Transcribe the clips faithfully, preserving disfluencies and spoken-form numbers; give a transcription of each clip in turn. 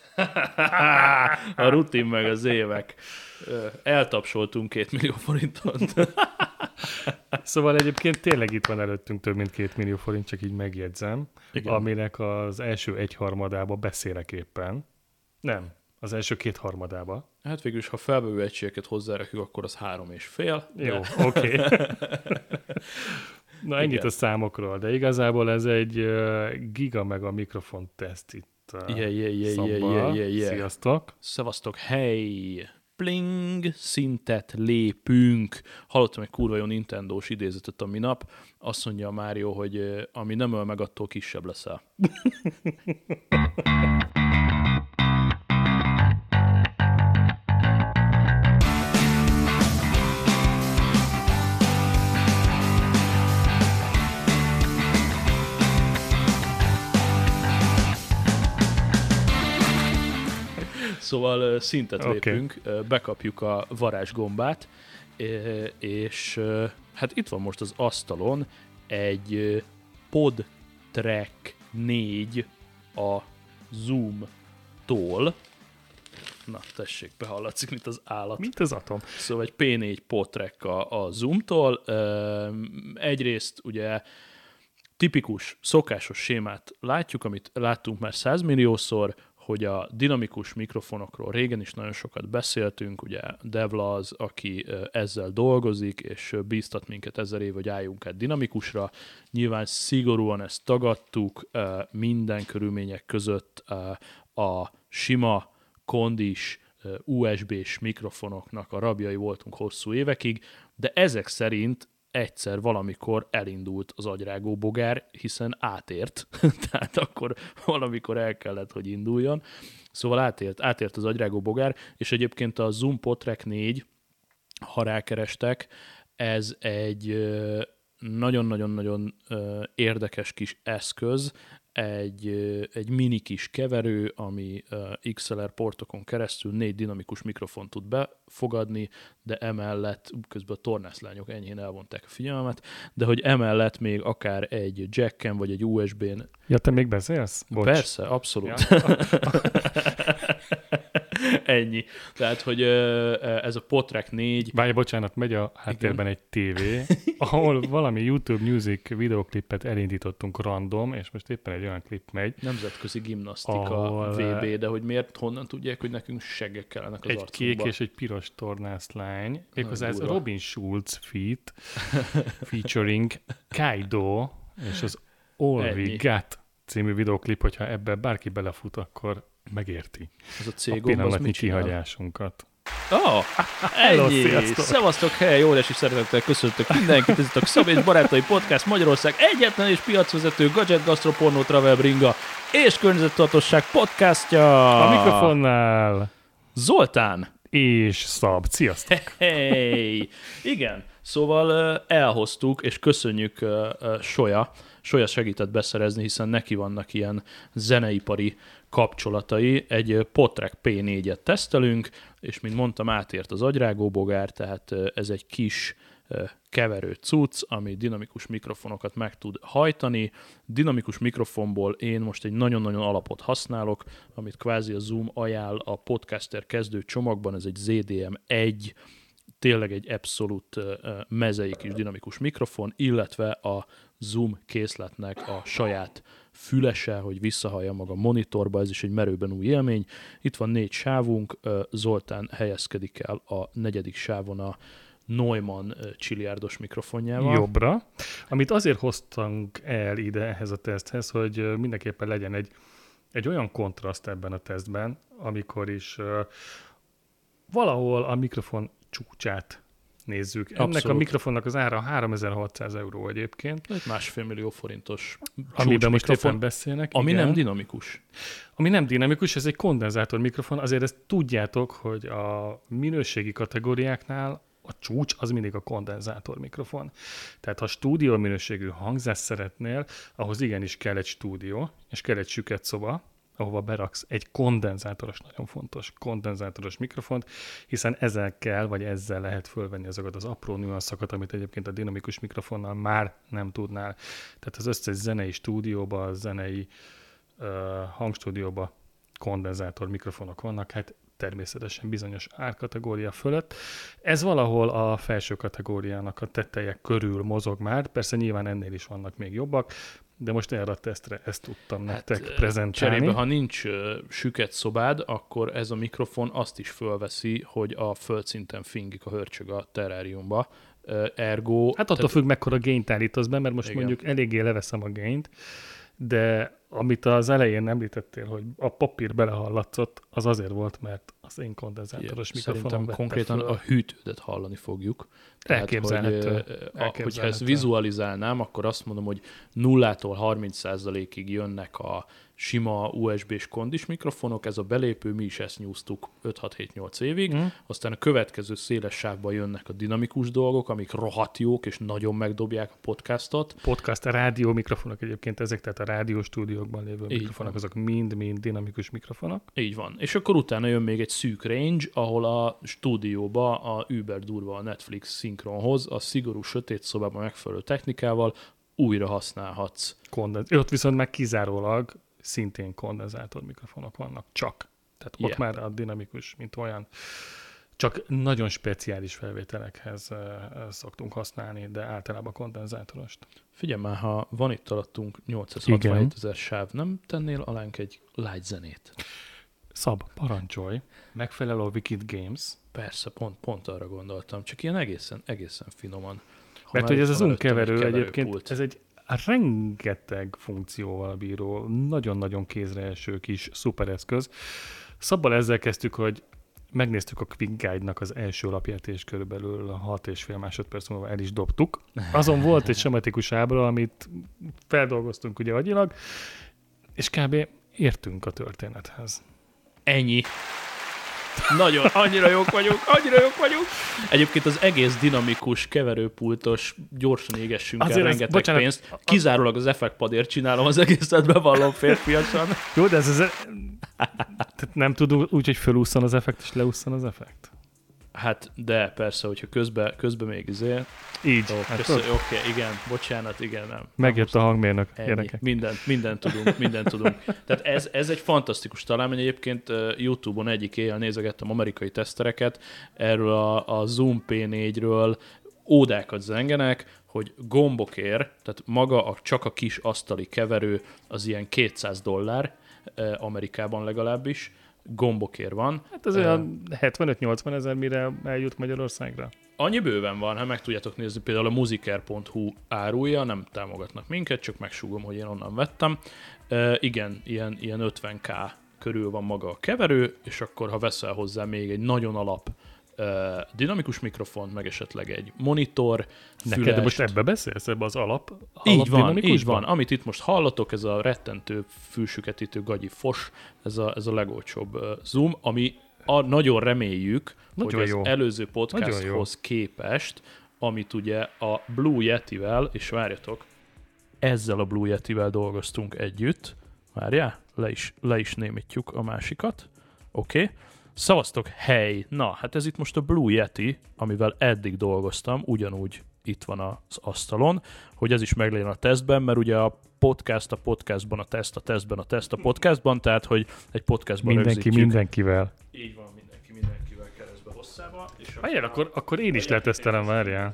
A rutin meg az évek. Eltapsoltunk két millió forintot. Szóval egyébként tényleg itt van előttünk több mint két millió forint, csak így megjegyzem, igen. Aminek az első egyharmadába beszélek éppen. Nem, az első kétharmadába. Hát végülis, ha felvevő egységeket hozzárakjuk, akkor az három és fél. Jó, oké. Okay. Na ennyit igen. A számokról, de igazából ez egy uh, giga meg a mikrofon teszt itt uh, yeah, yeah, yeah, yeah, yeah, yeah, yeah. Szevasztok! Szevasztok, hey! Pling, szintet lépünk. Hallottam egy kurva jó Nintendós idézetet a minap. Azt mondja a Mário, hogy uh, ami nem öl meg, attól kisebb leszel. Szóval uh, szintet okay. lépünk, uh, bekapjuk a varázsgombát, uh, és uh, hát itt van most az asztalon egy uh, PodTrack négy a Zoom-tól. Na, tessék, behallatszik, mint az állat. Mint az atom. Szóval egy P négy PodTrack a, a Zoom-tól. Uh, egyrészt ugye tipikus, szokásos sémát látjuk, amit láttunk már százmilliószor, hogy a dinamikus mikrofonokról régen is nagyon sokat beszéltünk, ugye Devla az, aki ezzel dolgozik, és bíztat minket ezer év, hogy álljunk át dinamikusra. Nyilván szigorúan ezt tagadtuk, minden körülmények között a sima, kondis, u es bé-s mikrofonoknak a rabjai voltunk hosszú évekig, de ezek szerint egyszer valamikor elindult az agyrágó bogár, hiszen átért, tehát akkor valamikor el kellett, hogy induljon. Szóval átért, átért az agyrágó bogár, és egyébként a Zoom PodTrack négy, ha rákerestek, ez egy nagyon-nagyon-nagyon érdekes kis eszköz, egy, egy mini kis keverő, ami iksz el er portokon keresztül négy dinamikus mikrofont tud befogadni, de emellett, közben a tornászlányok enyhén elvonták a figyelmet, de hogy emellett még akár egy jacken vagy egy u es bén. Ja, te még beszélsz? Bocs. Persze, abszolút. Ja. Ennyi. Tehát, hogy ez a PodTrack négy... Várj, bocsánat, megy a háttérben egy tévé, ahol valami YouTube Music videoklipet elindítottunk random, és most éppen egy olyan klip megy. Nemzetközi gimnasztika ahol... vé bé, de hogy miért, honnan tudják, hogy nekünk seggek kellenek az egy arcunkba. Egy kék és egy piros tornászlány. Méghozzá ez Robin Schulz feat, featuring Kaido, és az All Ennyi. We Got című videoklip, hogyha ebben bárki belefut, akkor megérti ez a, a pillanatnyi kihagyásunkat. Ó, oh, ennyi! Szevasztok, hely, óriási szeretettel köszöntök mindenkit, ez itt a Szabé és Barátai Podcast, Magyarország egyetlen és piacvezető gadget, gasztro, pornó, travel, bringa és környezettartosság podcastja. A mikrofonnál Zoltán és Szab. Sziasztok! Hey! Igen, szóval uh, elhoztuk, és köszönjük uh, uh, Solya. Solya segített beszerezni, hiszen neki vannak ilyen zeneipari kapcsolatai. Egy PodTrack P négyet tesztelünk, és mint mondtam, átért az agyrágó bogár, tehát uh, ez egy kis uh, keverő cucc, ami dinamikus mikrofonokat meg tud hajtani. Dinamikus mikrofonból én most egy nagyon-nagyon alapot használok, amit kvázi a Zoom ajánl a Podcaster kezdő csomagban, ez egy zé dé em egy, tényleg egy abszolút uh, mezei kis dinamikus mikrofon, illetve a Zoom készletnek a saját fülese, hogy visszahallja maga monitorba, ez is egy merőben új élmény. Itt van négy sávunk, uh, Zoltán helyezkedik el a negyedik sávon a Neumann csiliárdos mikrofonjával. Jobbra. Amit azért hoztunk el ide ehhez a teszthez, hogy mindenképpen legyen egy, egy olyan kontraszt ebben a tesztben, amikor is uh, valahol a mikrofon csúcsát nézzük. Abszolút. Ennek a mikrofonnak az ára háromezer-hatszáz euró egyébként. Egy másfél millió forintos amiben most éppen beszélnek. Ami igen. nem dinamikus. Ami nem dinamikus, ez egy kondenzátor mikrofon. Azért ezt tudjátok, hogy a minőségi kategóriáknál a csúcs az mindig a kondenzátor mikrofon. Tehát ha stúdió minőségű hangzást szeretnél, ahhoz igenis kell egy stúdió, és kell egy süket szoba, ahova beraksz egy kondenzátoros, nagyon fontos kondenzátoros mikrofont, hiszen ezzel kell, vagy ezzel lehet fölvenni azokat az apró nüanszokat, amit egyébként a dinamikus mikrofonnal már nem tudnál. Tehát az összes zenei stúdióba, zenei uh, hangstúdióba kondenzátor mikrofonok vannak, hát természetesen bizonyos árkategória fölött. Ez valahol a felső kategóriának a teteje körül mozog már, persze nyilván ennél is vannak még jobbak, de most erre a tesztre ezt tudtam nektek hát, prezentálni. Cserébe, ha nincs uh, süket szobád, akkor ez a mikrofon azt is fölveszi, hogy a földszinten fingik a hörcsög a terráriumba. Uh, ergo... Hát attól tehát... függ, mekkora gaint állítasz be, mert most Igen. mondjuk eléggé leveszem a gaint, de amit az elején említettél, hogy a papír belehallatszott, az azért volt, mert az én kondenzátoros mikrofonom vette konkrétan föl. a hűtődet hallani fogjuk. Elképzelhető. Tehát, hogy, hogyha ezt vizualizálnám, akkor azt mondom, hogy nullától harminc százalékig jönnek a sima u es bé-s kondis mikrofonok, ez a belépő, mi is ezt nyúztuk öt hat hét nyolc évig, mm. aztán a következő széles sávban jönnek a dinamikus dolgok, amik rohadt jók, és nagyon megdobják a podcastot. Podcast, a rádió mikrofonok egyébként ezek, tehát a rádióstúdiókban lévő Így mikrofonok, van. Azok mind-mind dinamikus mikrofonok. Így van. És akkor utána jön még egy szűk range, ahol a stúdióba a über durva a Netflix szinkronhoz, a szigorú sötét szobában megfelelő technikával újra használhatsz. Kondenz- ott viszont meg kizárólag szintén kondenzátor mikrofonok vannak, csak. Tehát ott yep. már a dinamikus, mint olyan, csak nagyon speciális felvételekhez uh, szoktunk használni, de általában kondenzátorost. Figyelj már, ha van itt alattunk nyolcszázhatvanhét ezer sáv, nem tennél alánk egy light zenét? Szab, parancsolj. Megfelelő a Wicked Games. Persze, pont, pont arra gondoltam, csak ilyen egészen, egészen finoman. Ha mert hogy ez az unkeverő egyébként, pult. ez egy rengeteg funkcióval bíró, nagyon-nagyon kézreeső kis szupereszköz. Szabban ezzel kezdtük, hogy megnéztük a Quick Guide-nak az első lapját, és körülbelül hat és fél másodperc múlva el is dobtuk. Azon volt egy sematikus ábra, amit feldolgoztunk ugye agyilag, és kb. Értünk a történethez. Ennyi. Nagyon, annyira jók vagyunk, annyira jók vagyunk. Egyébként az egész dinamikus, keverőpultos, gyorsan égessünk el rengeteg ez, bocsánat, pénzt. Kizárólag az effektpadért csinálom az egészet, bevallom férfiasan. Jó, de ez az... Tehát nem tudunk úgy, hogy fölússzan az effekt, és leússzan az effekt? Hát, de persze, hogyha közben közbe még izé... Így. Ó, hát Oké, okay, igen, bocsánat, igen, nem. Megjött a hangmérnök, gyerekek. Mindent, mindent tudunk, mindent tudunk. Tehát ez, ez egy fantasztikus találmány. Egyébként YouTube-on egyik éjjel nézegettem amerikai tesztereket, erről a, a Zoom pé négyről ódákat zengenek, hogy gombokért, tehát maga a, csak a kis asztali keverő az ilyen kétszáz dollár, Amerikában legalábbis, gombokért van. Hát ez olyan hetvenöt-nyolcvan ezer, mire eljut Magyarországra. Annyi bőven van, ha meg tudjátok nézni, például a musiker pont hu árulja, nem támogatnak minket, csak megsúgom, hogy én onnan vettem. E, igen, ilyen, ilyen ötven ká körül van maga a keverő, és akkor ha veszel hozzá még egy nagyon alap e, dinamikus mikrofon, meg esetleg egy monitor, Neked fülest. most ebbe beszélsz, ebbe az alap, alap Így van, így van. Amit itt most hallatok, ez a rettentő fülsüketítő gagyi fos, ez a, ez a legolcsóbb uh, Zoom, ami a, nagyon reméljük, nagyon hogy jó. Az előző podcasthoz képest, amit ugye a Blue Yetivel, és várjatok, ezzel a Blue Yetivel dolgoztunk együtt, várjál, le is, le is némítjuk a másikat, oké, okay. Szavaztok, hely, na, hát ez itt most a Blue Yeti, amivel eddig dolgoztam, ugyanúgy itt van az asztalon, hogy ez is meglegyen a tesztben, mert ugye a podcast a podcastban, a teszt a tesztben, a teszt a podcastban, tehát hogy egy podcastban mindenki rögzítjük. Mindenkivel. Így van, mindenki mindenkivel keresztbe hosszába. Várjál, akkor, akkor én is letesztelem, várjál.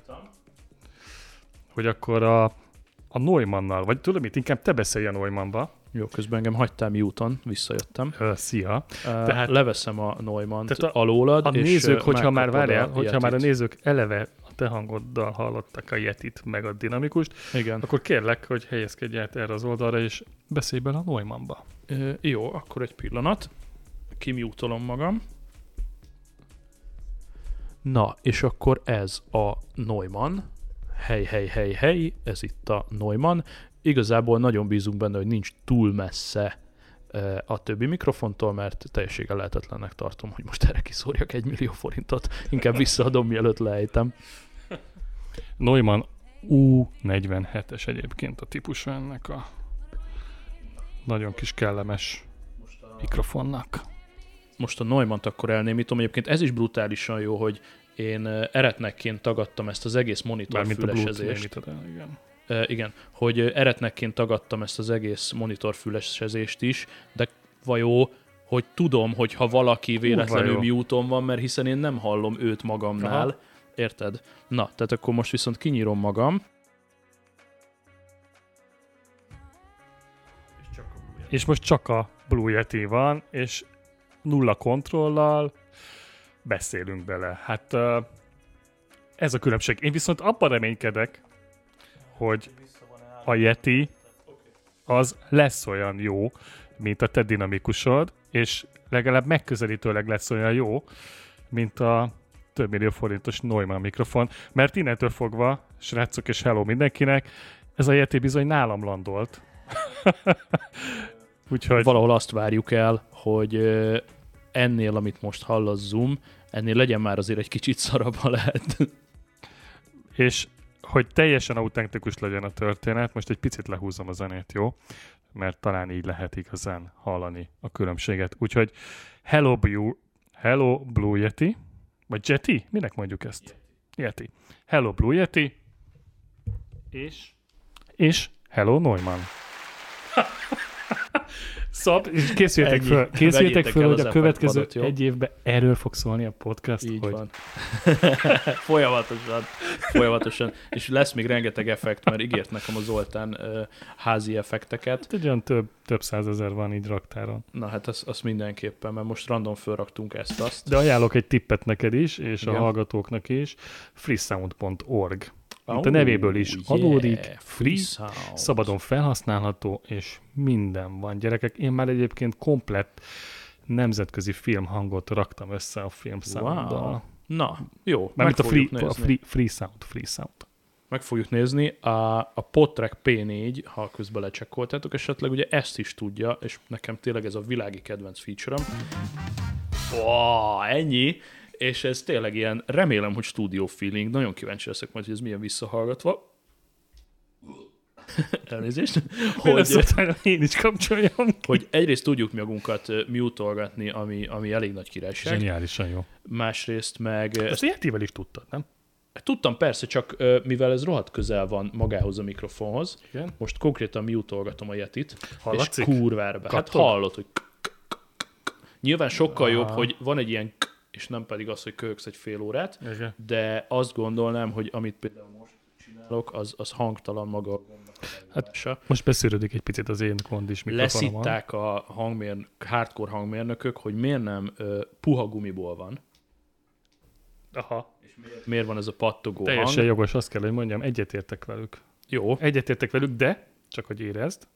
Hogy akkor a, a Neumannnal, vagy tudom mit, inkább te beszélj a Neumannba. Jó, közben engem hagytál mute-on, visszajöttem. Ö, szia. Uh, tehát leveszem a Neumannt a, alólad, a és nézők, hogyha már várjál, a hogyha már a nézők eleve a te hangoddal hallottak a Yetit, meg a dinamikust, igen. Akkor kérlek, hogy helyezkedj át erre az oldalra, és beszélj bele a Neumannba. Uh, jó, akkor egy pillanat. Kimutolom magam. Na, és akkor ez a Neumann. Hely, hely, hely, hely, ez itt a Neumann. Igazából nagyon bízunk benne, hogy nincs túl messze a többi mikrofontól, mert teljességgel lehetetlennek tartom, hogy most erre kiszórjak egy millió forintot. Inkább visszaadom, mielőtt leejtem. Neumann U negyvenhetes egyébként a típusa ennek a nagyon kis kellemes mikrofonnak. Most a Neumannt akkor elnémítom. Egyébként ez is brutálisan jó, hogy én eretnekként tagadtam ezt az egész monitorfülesezést. Igen. Uh, igen, hogy eretnekként tagadtam ezt az egész monitorfülesezést is, de vajó hogy tudom, hogy ha valaki véletlenül jó. mute-on van, mert hiszen én nem hallom őt magamnál. Aha. Érted? Na, tehát akkor most viszont kinyírom magam. És most csak a Blue Yeti van, és nulla kontrollal beszélünk bele. Hát uh, ez a különbség. Én viszont abban reménykedek, hogy a Yeti az lesz olyan jó, mint a te dinamikusod, és legalább megközelítőleg lesz olyan jó, mint a több millió forintos Neumann mikrofon, mert innentől fogva, srácok és hello mindenkinek, ez a Yeti bizony nálam landolt. Úgyhogy... Valahol azt várjuk el, hogy ennél, amit most hall a Zoom, ennél legyen már azért egy kicsit szarabb, ha lehet. És hogy teljesen autentikus legyen a történet, most egy picit lehúzom a zenét, jó? Mert talán így lehet igazán hallani a különbséget. Úgyhogy Hello Blue, Hello Blue Yeti, vagy Yeti? Minek mondjuk ezt? Yeti. Hello Blue Yeti, és, és Hello Neumann. Szab, és készüljetek Ennyi. föl, készüljetek föl, hogy a következő padot, egy évben erről fog szólni a podcast. Így hogy... van. folyamatosan, folyamatosan. És lesz még rengeteg effekt, mert ígért nekem a Zoltán uh, házi effekteket. Hát egy olyan több, több százezer van így raktáron. Na hát azt az mindenképpen, mert most random fölraktunk ezt-azt. De ajánlok egy tippet neked is, és igen, a hallgatóknak is. freesound pont org. Mint oh, a nevéből is yeah, adódik, free, free szabadon felhasználható, és minden van. Gyerekek, én már egyébként komplett nemzetközi filmhangot raktam össze a filmsounddal. Wow. Na, jó, Mármint meg a free, fogjuk a free, free sound, free sound. Meg fogjuk nézni. A, a Podtrack pé négy, ha közben lecsekkoltátok, esetleg ugye ezt is tudja, és nekem tényleg ez a világi kedvenc feature-om. Wow, ennyi! És ez tényleg ilyen, remélem, hogy studio feeling. Nagyon kíváncsi leszek majd, hogy ez milyen visszahallgatva. Elnézést. Hogy, én is kapcsoljam. Hogy egyrészt tudjuk magunkat mute-olgatni, ami, ami elég nagy királyság. Zseniálisan jó. Másrészt meg... Ezt Yetivel is tudtad, nem? Tudtam persze, csak mivel ez rohadt közel van magához a mikrofonhoz, igen, most konkrétan mute-olgatom a Yetit, hallatszik? És kurvára be. Hát hallod, hogy nyilván sokkal jobb, hogy van egy ilyen és nem pedig az, hogy köhögsz egy fél órát, igen, de azt gondolnám, hogy amit például most csinálok, az, az hangtalan maga a hát most beszűrődik egy picit az én kondis mikrofonom. Leszitták a hangmérn- hardcore hangmérnökök, hogy miért nem uh, puha gumiból van. Aha. És miért, miért van ez a pattogó Teljesen hang. jogos, azt kell, hogy mondjam, egyetértek velük. Jó. Egyetértek velük, de, csak hogy érezd,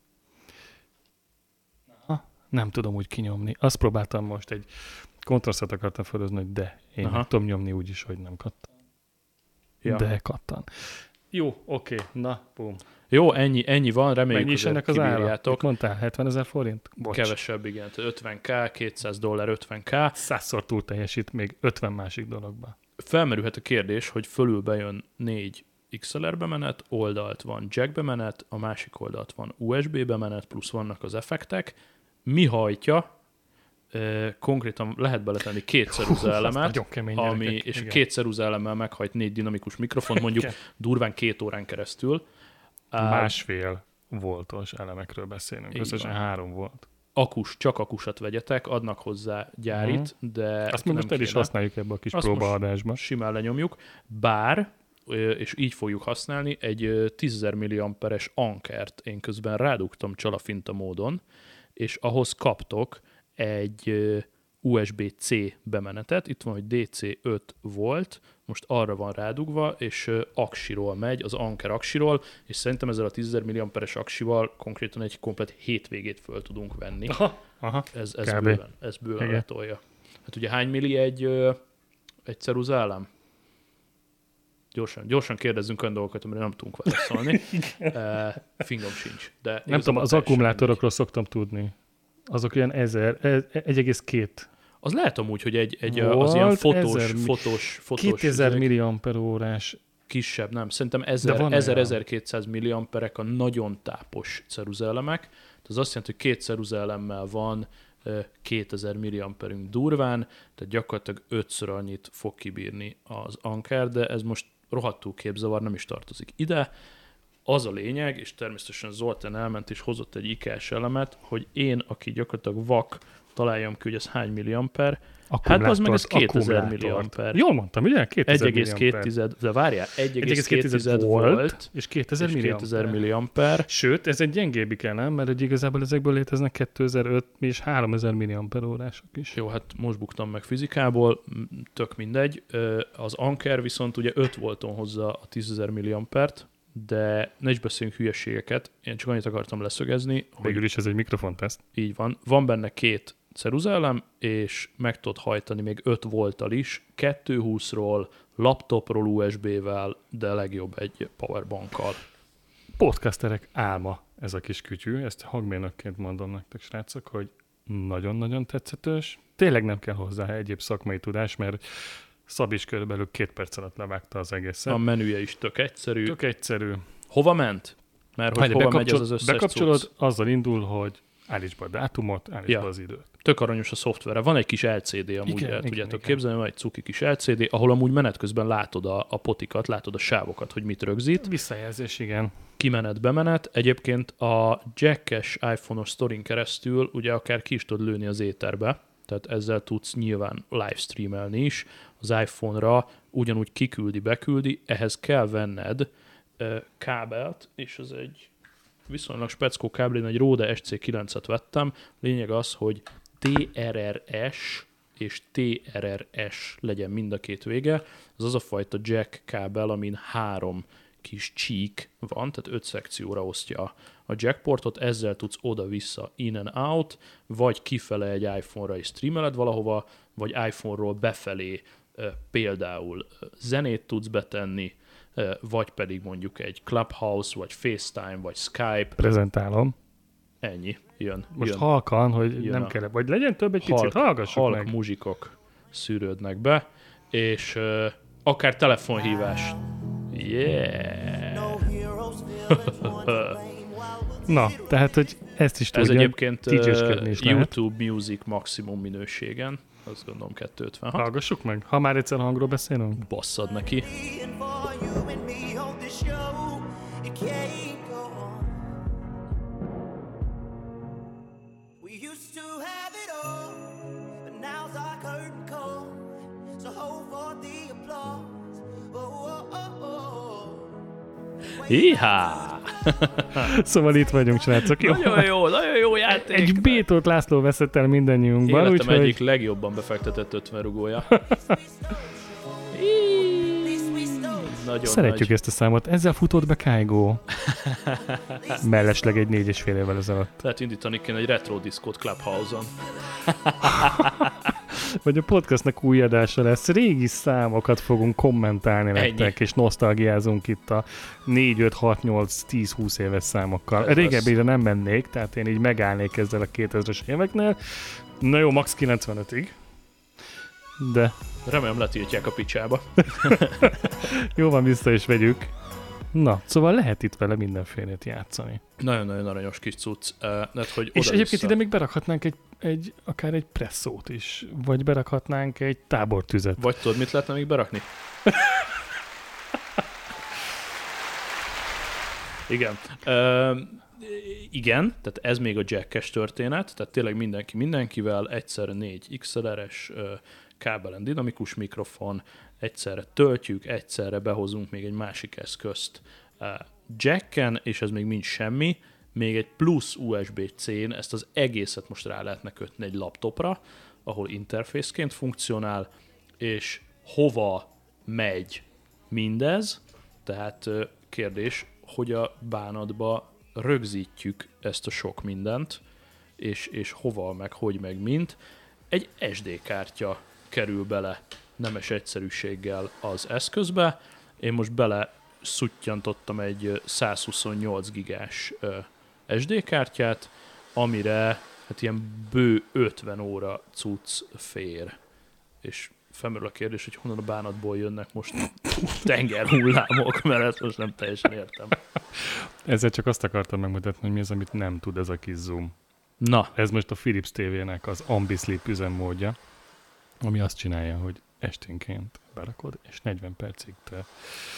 aha, nem tudom úgy kinyomni. Azt próbáltam most, egy kontrasztot akartam fölözni, hogy de, én aha, meg tudom nyomni úgy is, hogy nem kattan. Ja. De kattan. Jó, oké, na, bum. Jó, ennyi, ennyi van, reméljük, mennyi is hogy ennek az ára? kibírjátok. Mondtál, hetvenezer forint? Bocs. Kevesebb, igen. ötven k, kétszáz dollár, ötven k. Százszor túl teljesít még ötven másik dologba. Felmerülhet a kérdés, hogy fölül bejön négy iksz el er bemenet, oldalt van jack bemenet, a másik oldalt van u es bé bemenet, plusz vannak az effektek. Mi hajtja? E, konkrétan lehet beletenni két ceruza elemet, ami, és igen, a két ceruza elemmel meghajt négy dinamikus mikrofon, mondjuk durván két órán keresztül. Másfél voltos elemekről beszélünk, összesen három volt. Akus, csak akusat vegyetek, adnak hozzá gyárit, uh-huh, de... Azt mi most el is használjuk ebbe a kis próbaadásba. Simán lenyomjuk, bár, és így fogjuk használni, egy tízezer milliamperes ankert én közben rádugtam csalafinta módon, és ahhoz kaptok egy u es bé-C bemenetet, itt van, hogy dé cé öt volt, most arra van rádugva, és aksiról megy, az anker aksiról, és szerintem ezzel a tízezer milliamperes aksival konkrétan egy komplet hétvégét föl tudunk venni. Aha, aha, ez, ez bőven, ez bőven letolja. Hát ugye hány milli egy, egy ceruza elem? Gyorsan, gyorsan kérdezzünk olyan dolgokat, amire nem tudunk válaszolni. uh, Fingom sincs. De nem tudom, az akkumulátorokról szoktam tudni. Azok ilyen ezer, egy egész két. Az lehet amúgy, hogy egy, egy az ilyen fotós, ezer, fotós, fotós... kétezer milliamper órás. Kisebb, nem. Szerintem ezer-ezerkétszáz milliamperek a nagyon tápos ceruzaelemek. Ez azt jelenti, hogy két ceruzaelemmel van kétezer milliamperünk durván, tehát gyakorlatilag ötször annyit fog kibírni az anker, de ez most rohadtul képzavar, nem is tartozik ide. Az a lényeg, és természetesen Zoltán elment és hozott egy ikás elemet, hogy én, aki gyakorlatilag vak találjam ki, hogy ez hány milliamper. Akkumulátor, Hát az meg ez kétezer milliamper. Jól mondtam, ugye? egy egész két, de várjál, egy egész két volt, és kétezer milliamper. milliamper. Sőt, ez egy gyengébbik kell, nem? Mert hogy igazából ezekből léteznek kétezer-öt és háromezer milliamper órások is. Jó, hát most buktam meg fizikából, tök mindegy. Az Anker viszont ugye öt volton hozza a tízezer milliampert, de ne is beszéljünk hülyeségeket, én csak annyit akartam leszögezni. Végül is ez egy mikrofonteszt. Így van. Van benne két ceruzaelem, és meg tudod hajtani még öt volttal is, kétszázhúszról, laptopról u es bé-vel, de legjobb egy powerbankkal. Podcasterek álma ez a kis kütyű, ezt hangmérnökként mondom nektek, srácok, hogy nagyon-nagyon tetszetős. Tényleg nem kell hozzá egyéb szakmai tudás, mert Szabi is körülbelül két perc alatt levágta az egészet. A menüje is tök egyszerű. Tök egyszerű. Hova ment? Mert hogy hova megy az az összes bekapcsolod, cucc? azzal indul, hogy állíts be a dátumot, állíts ja. be az időt. Tök aranyos a szoftvere. Van egy kis el cé dé amúgy, igen, el igen, tudjátok igen. képzelni, van egy cuki kis el cé dé, ahol amúgy menet közben látod a, a potikat, látod a sávokat, hogy mit rögzít. Visszajelzés, igen. Kimenet, bemenet. Egyébként a jackes iPhone-os sztorin keresztül ugye akár ki is tudod lőni az éterbe, tehát ezzel tudsz nyilván livestreamelni is. Az iPhone-ra ugyanúgy kiküldi, beküldi, ehhez kell venned uh, kábelt, és ez egy viszonylag speckó kábel, én egy Rode es cé kilencet vettem. Lényeg az, hogy té er er es és té er er es legyen mind a két vége. Ez az a fajta jack kábel, amin három kis csík van, tehát öt szekcióra osztja a jackportot, ezzel tudsz oda-vissza in and out, vagy kifele egy iPhone-ra is streameled valahova, vagy iPhone-ról befelé e, például zenét tudsz betenni, e, vagy pedig mondjuk egy Clubhouse, vagy FaceTime, vagy Skype. Prezentálom. Ennyi, jön. Most jön. halkan, hogy jön nem a... kell, vagy legyen több egy halk, picit, hallgassuk halk meg. muzsikok szűrődnek be, és uh, akár telefonhívás. Yeah! Na, tehát, hogy ezt is Ez tudja, egyébként uh, is YouTube lehet. Music maximum minőségen, azt gondolom kétszázötvenhat. Hallgassuk meg, ha már egyszer hangról beszélünk. Basszad neki. Ihá! Szóval itt vagyunk, srácok. Jó? Nagyon jó, nagyon jó játék. Egy Bétót László veszett el mindannyiunkban. Életem úgyhogy... egyik legjobban befektetett ötven rugója. Nagyon Szeretjük nagy. ezt a számot. Ezzel futott be Kájgó. Mellesleg egy négy és fél évvel ezelőtt. Lehet indítani kéne egy retro diszkót Clubhouse-on. Vagy a podcastnak új adása lesz. Régi számokat fogunk kommentálni nektek, és nosztalgiázunk itt a négy, öt, hat, nyolc, tíz, húsz éves számokkal. Ez régebbire nem mennék, tehát én így megállnék ezzel a kétezres éveknél. Na jó, max kilencvenötig. De... Remélem letiltják a picsába. Jó van, vissza is vegyük. Na, szóval lehet itt vele mindenfélét játszani. Nagyon-nagyon aranyos kis cucc. Uh, net, hogy és egyébként ide még berakhatnánk egy, egy, akár egy presszót is, vagy berakhatnánk egy tábortüzet. Vagy tudod, mit lehetne még berakni? Igen. Uh, igen, tehát ez még a jackes történet, tehát tényleg mindenki mindenkivel, egyszerre négy iksz el er-es uh, kábelen dinamikus mikrofon, egyszerre töltjük, egyszerre behozunk még egy másik eszközt uh, jacken, és ez még mind semmi, még egy plusz u es bé-C-n ezt az egészet most rá lehetne kötni egy laptopra, ahol interfészként funkcionál, és hova megy mindez, tehát uh, kérdés, hogy a bánatba rögzítjük ezt a sok mindent, és, és hova, meg hogy, meg mint. Egy es dé kártya kerül bele nemes egyszerűséggel az eszközbe. Én most bele szuttyantottam egy százhuszonnyolc gigás es dé kártyát, amire hát ilyen bő ötven óra cucc fér. És felmerül a kérdés, hogy honnan a bánatból jönnek most tengerhullámok, mert ezt most nem teljesen értem. Ezzel csak azt akartam megmutatni, hogy mi az, amit nem tud ez a kis zoom. Na. Ez most a Philips té vének az Ambisleep üzemmódja, ami azt csinálja, hogy esténként berakod, és negyven percig te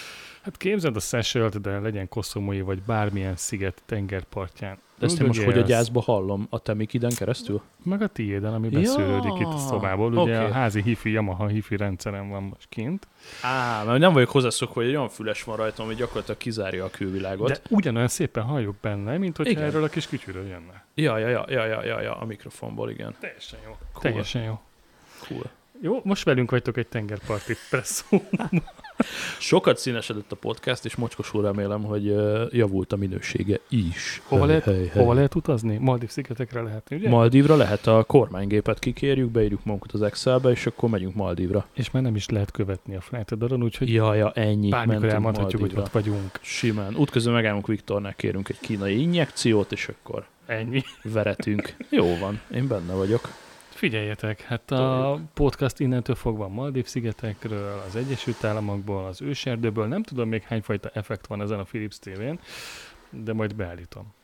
Hát képzeld a Seychelles-t, de legyen Koszomói, vagy bármilyen sziget tengerpartján. De ezt én most hogy a gyászba hallom? A te mikiden keresztül? Meg a tiéden, ami beszűrődik Ja, itt a szobából. Ugye oké. a házi hifi, Yamaha hifi rendszerem van most kint. Á, mert nem vagyok hozzászokva, hogy egy olyan füles van rajtam, hogy gyakorlatilag kizárja a külvilágot. De ugyanolyan szépen halljuk benne, mint hogyha Igen. erről a kis kütyűről jönne. Ja, ja, ja, ja, ja, ja, ja, a mikrofonból, igen. Teljesen jó. Cool. Teljesen jó. Cool. Jó, most velünk vagytok egy tengerparti presszó. Sokat színesedett a podcast, és mocskosul remélem, hogy ö, javult a minősége is. Hova, Hely, lehet, hely, hely. hova lehet utazni? Maldív szigetekre lehetni, ugye? Maldívra lehet, a kormánygépet kikérjük, beírjuk magunkat az Excelbe, és akkor megyünk Maldívra. És már nem is lehet követni a Flightradar-on, úgyhogy Ja, ja, ennyi. bármikor mentünk elmondhatjuk, hogy Maldívra. ott vagyunk. Simán. Útközben megállunk Viktornál, kérünk egy kínai injekciót, és akkor Ennyi. veretünk. Jó van, én benne vagyok. Figyeljetek, hát a podcast innentől fogva a Maldív-szigetekről, az Egyesült Államokból, az őserdőből, nem tudom még hányfajta effekt van ezen a Philips tévén, de majd beállítom.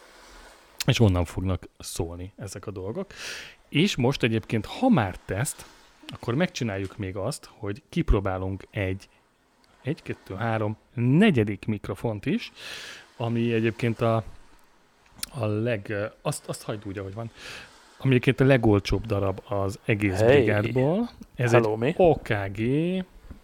És onnan fognak szólni ezek a dolgok. És most egyébként, ha már teszt, akkor megcsináljuk még azt, hogy kipróbálunk egy, egy, kettő, három, negyedik mikrofont is, ami egyébként a, a leg, azt, azt hagyd úgy, ahogy van, ami egyébként a legolcsóbb darab az egész Hey. brigádból. Ez Hello, egy mi? o ká gé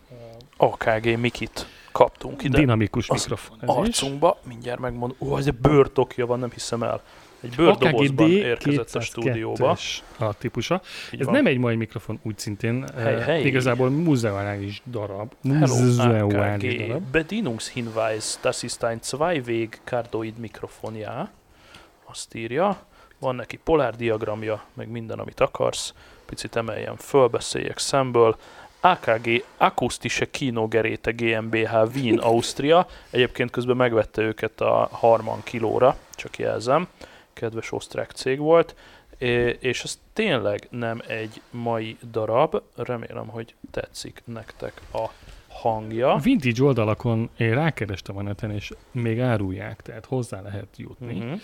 á ká gé Mikit kaptunk ide. dinamikus az mikrofon ez is. Arcunkba, mindjárt megmondom. Ó, ez egy bőrtokja van, nem hiszem el. Egy o ká gé bőrdobozban D érkezett a stúdióba. kétszázkettes a típusa. Így Ez van. nem egy mai mikrofon, úgy szintén. Hey, uh, hey. Igazából múzeumális darab. Hello, Múzeumális á ká gé. darab. Bedienungshinweis, das ist ein Zweiweg Cardioid Mikrofon, ja. Azt írja. Van neki polárdiagramja, meg minden, amit akarsz. Picit emeljem föl, beszéljek szemből. á ká gé Akustische Kinogeräte GmbH Wien, Ausztria. Egyébként közben megvette őket a Harman kilóra, csak jelzem. Kedves osztrák cég volt. É- és ez tényleg nem egy mai darab. Remélem, hogy tetszik nektek a hangja. Vintage oldalakon én rákerestem a neten, és még árulják, tehát hozzá lehet jutni. Uh-huh.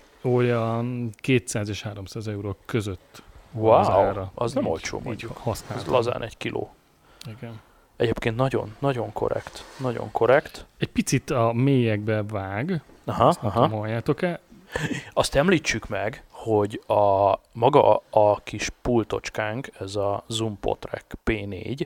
Olyan kétszáz és háromszáz euró között Wow, az ára. az nem Így- olcsó így mondjuk. Ez használható. lazán egy kiló. Igen. Egyébként nagyon, nagyon korrekt. Nagyon korrekt. Egy picit a mélyekbe vág, Aha, azt nem tudom, aha. halljátok-e? Azt említsük meg, hogy a maga a kis pultocskánk, ez a Zoom Potrek pé négy,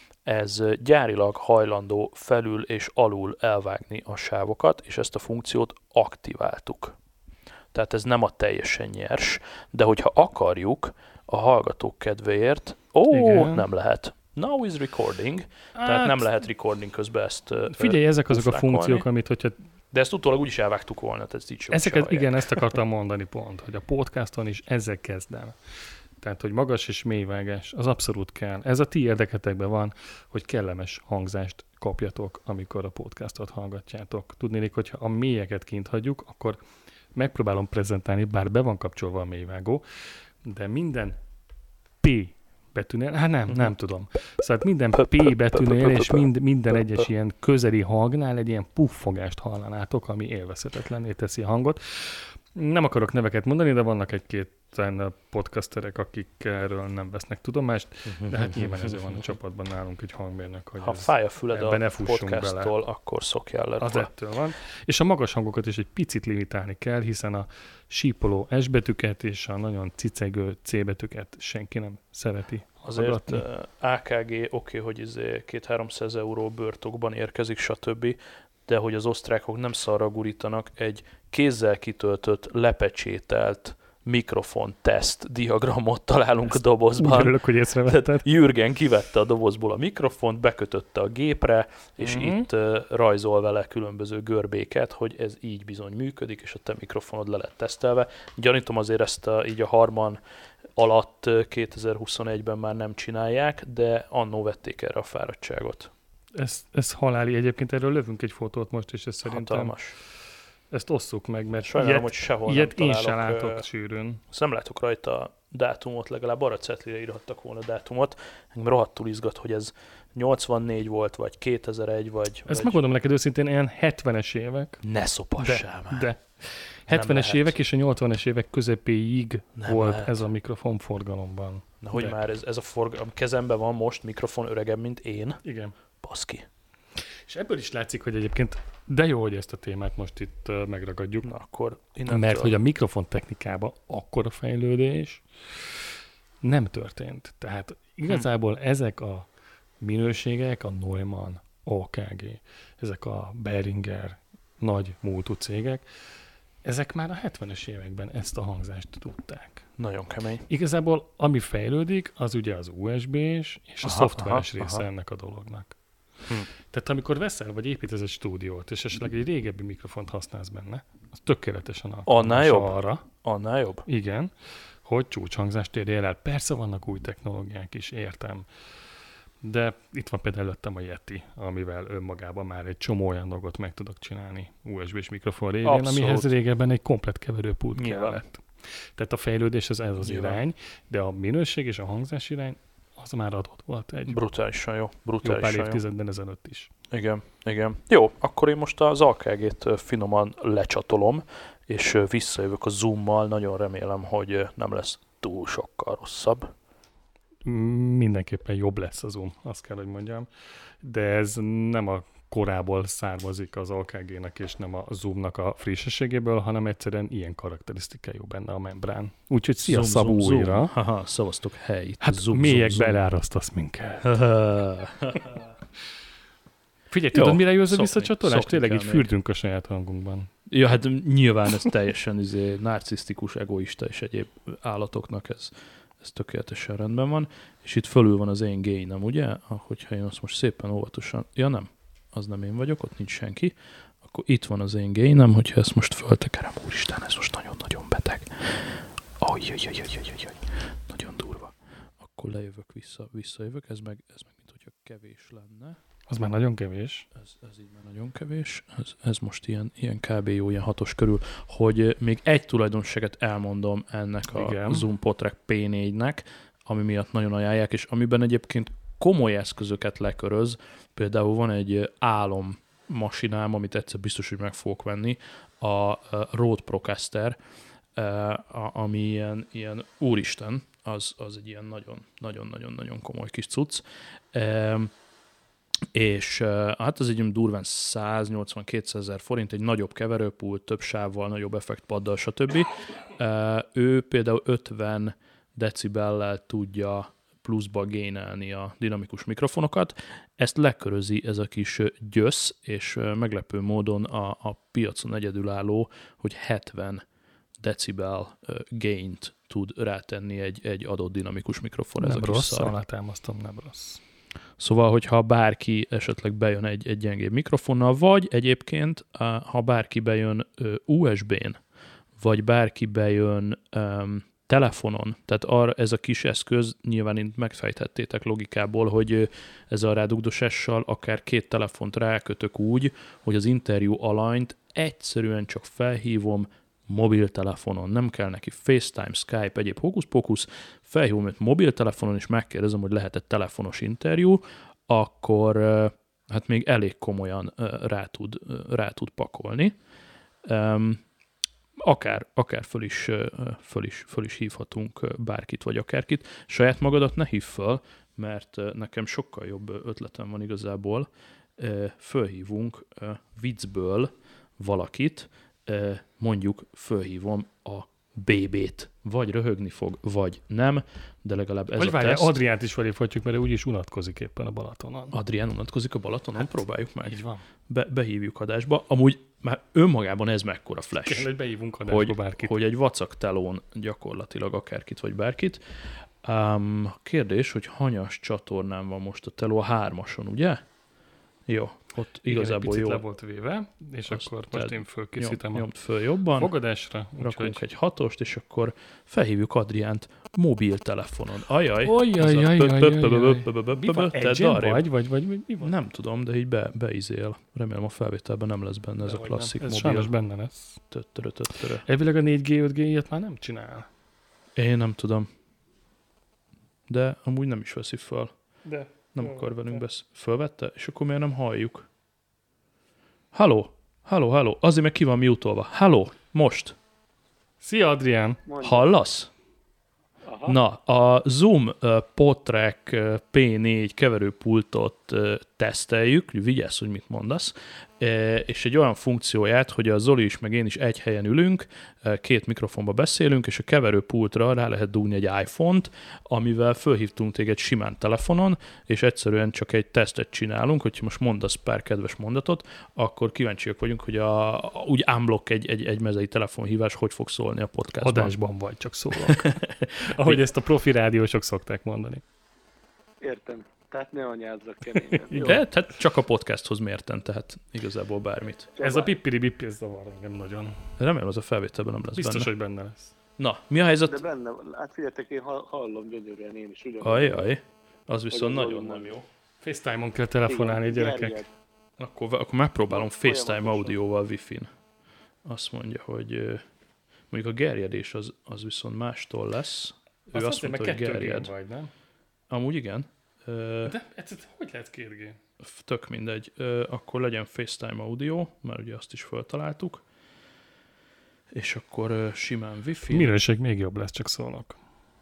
ez gyárilag hajlandó felül és alul elvágni a sávokat, és ezt a funkciót aktiváltuk. Tehát ez nem a teljesen nyers, de hogyha akarjuk, a hallgatók kedvéért, ó, Igen. nem lehet. Now is recording, tehát nem lehet recording közben ezt ö, Figyelj, ezek azok a puflákolni. funkciók, amit hogyha De ezt utólag úgyis elvágtuk volna, tehát ezt így sem ezeket, csinálják. igen, ezt akartam mondani pont, hogy a podcaston is ezzel kezdem. Tehát, hogy magas és mélyvágás, az abszolút kell. Ez a ti érdeketekben van, hogy kellemes hangzást kapjatok, amikor a podcastot hallgatjátok. Tudnélik, hogyha a mélyeket kint hagyjuk, akkor megpróbálom prezentálni, bár be van kapcsolva a mélyvágó, de minden P betűnél, hát nem, nem tudom. Szóval minden P betűnél és mind, minden egyes ilyen közeli hangnál egy ilyen puffogást hallanátok, ami élvezhetetlenné teszi a hangot. Nem akarok neveket mondani, de vannak egy-két olyan podcasterek, akik erről nem vesznek tudomást, de hát nyilván ezért van a csapatban nálunk egy hangmérnök, hogy Ha ez fáj a füled ebbe ne a fussunk podcasttól, akkor szokjál le az róla. ettől van. És a magas hangokat is egy picit limitálni kell, hiszen a sípoló S betűket és a nagyon cicegő C betűket senki nem szereti Azért hallgatni. uh, á ká gé oké, hogy izé két-háromszáz euró börtokban érkezik, stb., de hogy az osztrákok nem szarra gurítanak egy kézzel kitöltött, lepecsételt mikrofon teszt diagramot találunk Ezt a Úgy dobozban. örülök, hogy észrevetted. Tehát Jürgen kivette a dobozból a mikrofont, bekötötte a gépre, és Mhm. itt uh, rajzol vele különböző görbéket, hogy ez így bizony működik, és a te mikrofonod le lett tesztelve. Gyanítom azért ezt a, így a Harman alatt uh, kétezer-huszonegyben már nem csinálják, de annó vették erre a fáradtságot. Ez, ez haláli. Egyébként erről lövünk egy fotót most, és ez szerintem Hatalmas. ezt osszuk meg, mert Sajnálom, ilyet, hogy sehol ilyet nem én találok. sem látok uh, sűrűn. Azt nem látok rajta dátumot, legalább arra cetlire írhattak volna dátumot. Engem rohadtul izgat, hogy ez nyolcvannégy volt, vagy kétezer-egy, vagy... Ezt vagy... megmondom neked őszintén, ilyen hetvenes évek. Ne szopassál már. De hetvenes lehet. évek és a nyolcvanas évek közepéig Nem volt lehet. ez a mikrofon forgalomban. Na, hogy De. már ez, ez a forgalom kezemben van most, mikrofon öregebb, mint én. Igen. Baszki. És ebből is látszik, hogy egyébként de jó, hogy ezt a témát most itt uh, megragadjuk. Na akkor innentől. Mert hogy a mikrofon technikában akkora fejlődés nem történt. Tehát igazából hm. ezek a minőségek, a Neumann, á ká gé, ezek a Behringer nagy múltú cégek, ezek már a hetvenes években ezt a hangzást tudták. Nagyon kemény. Igazából ami fejlődik, az ugye az u es bé-s és a aha, szoftveres aha, része aha. ennek a dolognak. Hm. Tehát amikor veszel, vagy építesz egy stúdiót, és esetleg egy régebbi mikrofont használsz benne, az tökéletesen alkalmas arra. Annál jobb? Igen, hogy csúcshangzást érjél el. Persze vannak új technológiák is, értem. De itt van például előttem a Yeti, amivel önmagában már egy csomó olyan dolgot meg tudok csinálni u es bé-s mikrofon révén, abszolút. Amihez régebben egy komplett keverőpult kellett. Tehát a fejlődés az ez az Nyilván. irány, de a minőség és a hangzás irány az már adott volt egy brutálisan jó. Brutálisan jó pár évtizedben ezelőtt is. Igen, igen. Jó, akkor én most az á ká gét finoman lecsatolom, és visszajövök a Zoommal. Nagyon remélem, hogy nem lesz túl sokkal rosszabb. Mindenképpen jobb lesz a Zoom, azt kell, hogy mondjam. De ez nem a korából származik az á ká gének, és nem a Zoomnak a frissességéből, hanem egyszerűen ilyen karakterisztikái jó benne a membrán. Úgyhogy szia zoom, Szabó zoom, újra. Zoom. Haha, szavaztok, hely. Hát zoom, mélyekbe elárasztasz minket. Figyelj, tudod, jó, mire jó ez a visszacsatolás? Tényleg így fürdünk a saját hangunkban. Ja, hát nyilván ez teljesen izé, narcisztikus, egoista és egyéb állatoknak ez, ez tökéletesen rendben van. És itt fölül van az én gainem, ugye? Hogyha én azt most szépen óvatosan... Ja nem, az nem én vagyok, ott nincs senki. Akkor itt van az én gainem, hogyha ezt most föltekerem. Úristen, ez most nagyon-nagyon beteg. Ajjajjajjajjajjaj. Nagyon durva. Akkor lejövök vissza, visszajövök. Ez meg, ez meg mint hogyha kevés lenne. Az már nagyon kevés. Ez, ez így már nagyon kevés. Ez, ez most ilyen, ilyen kb. Jó, ilyen hatos körül. Hogy még egy tulajdonságot elmondom ennek a Igen. Zoom PodTrack pé négynek, ami miatt nagyon ajánlják, és amiben egyébként komoly eszközöket leköröz. Például van egy álom masinám, amit egyszer biztos, hogy meg fogok venni, a Rode Procaster, ami ilyen, ilyen úristen, az, az egy ilyen nagyon-nagyon-nagyon komoly kis cucc. És hát ez egy durván száznyolcvan-kétszázezer forint, egy nagyobb keverőpult, több sávval, nagyobb effektpaddal, stb. Ő például ötven decibellel tudja pluszba génelni a dinamikus mikrofonokat. Ezt lekörözi ez a kis gyösz, és meglepő módon a, a piacon egyedülálló, hogy hetven decibel gaint tud rátenni egy, egy adott dinamikus mikrofon. Nem ez a kis rossz, szar. alátámasztom, nem rossz. Szóval, hogyha bárki esetleg bejön egy, egy gyengébb mikrofonnal, vagy egyébként, ha bárki bejön u es bé-n, vagy bárki bejön um, telefonon, tehát arra ez a kis eszköz, nyilván itt megfejtettétek logikából, hogy ez a rádugdosással akár két telefont rákötök úgy, hogy az interjú alanyt egyszerűen csak felhívom mobiltelefonon. Nem kell neki FaceTime, Skype, egyéb hókusz-pókusz, felhívom őt mobiltelefonon, és megkérdezem, hogy lehet-e telefonos interjú, akkor hát még elég komolyan rá tud, rá tud pakolni. Akár, akár föl, is, föl, is, föl is hívhatunk bárkit, vagy akárkit. Saját magadat ne hív föl, mert nekem sokkal jobb ötletem van igazából. Fölhívunk viccből valakit, mondjuk fölhívom a bé bét. Vagy röhögni fog, vagy nem, de legalább ez vagy a várjál, teszt. Adriánt is felhívhatjuk, mert ő úgyis unatkozik éppen a Balatonon. Adrián unatkozik a Balatonon? Hát, próbáljuk meg. Így van. Be, behívjuk adásba. Amúgy már önmagában ez mekkora flash. Kell, hogy behívunk adásba hogy, bárkit. Hogy egy vacak telón gyakorlatilag akárkit vagy bárkit. Um, kérdés, hogy hanyas csatornán van most a teló? A hármason, ugye? Jó. Ott igazából igen, jó. le volt véve, és azt akkor most én fölkészítem nyom, a nyomd föl jobban, fogadásra. Rakunk úgy, egy hatost, és akkor felhívjuk Adriánt mobiltelefonon. Ajaj! Ajajajajajaj. Mi van, egyen vagy, vagy, vagy mi van? Nem tudom, de így be, beizél. Remélem a felvételben nem lesz benne ez a klasszik mobil. Ez sajnos benne lesz. Töttörö, töttörö. Elvileg a négy G, öt G ilyet már nem csinál. Én nem tudom. De amúgy nem is veszi föl. De. Nem akar velünk beszélni. Fölvette? És akkor miért nem halljuk? Halló? Halló, halló. Azért meg ki van mute-olva. Halló? Most. Szia, Adrián. Mondja. Hallasz? Aha. Na, a Zoom uh, PodTrack uh, pé négy keverőpultot uh, teszteljük, hogy vigyázz, hogy mit mondasz, és egy olyan funkcióját, hogy a Zoli is, meg én is egy helyen ülünk, két mikrofonba beszélünk, és a keverőpultra rá lehet dugni egy iPhone-t, amivel fölhívtunk téged simán telefonon, és egyszerűen csak egy tesztet csinálunk, hogyha most mondasz pár kedves mondatot, akkor kíváncsiak vagyunk, hogy a, úgy unblock egy, egy, egy mezei telefonhívás hogy fog szólni a podcastban. Adásban vagy, csak szólok. Ahogy ezt a profi rádiósok szokták mondani. Értem. Tehát ne anyázzak keményen. De tehát csak a podcasthoz mérten, tehát igazából bármit. Ez a pippiri-bippi, ez zavar engem nagyon. Remélem, az a felvételben nem lesz Biztos, benne. hogy benne lesz. Na, mi a helyzet? De benne, hát figyeljetek, én hallom gyönyörűen én is. Ugyanúgy. Ajaj, az viszont az nagyon olyan nem jó. FaceTime-on kell telefonálni, Igen, gyerekek. gerjed. Akkor, akkor megpróbálom FaceTime Folyamatosan. audióval Wi-Fi-n. Azt mondja, hogy ö, mondjuk a gerjedés az, az viszont mástól lesz. Ő azt, Azt mondta, mondta, hogy hogy gerjed. vagy, nem? Amúgy igen. Ö, De ez, hogy lehet két G? tök mindegy. Ö, akkor legyen FaceTime audio, mert ugye azt is feltaláltuk. És akkor ö, simán Wi-Fi. Minőség még jobb lesz, csak szólok.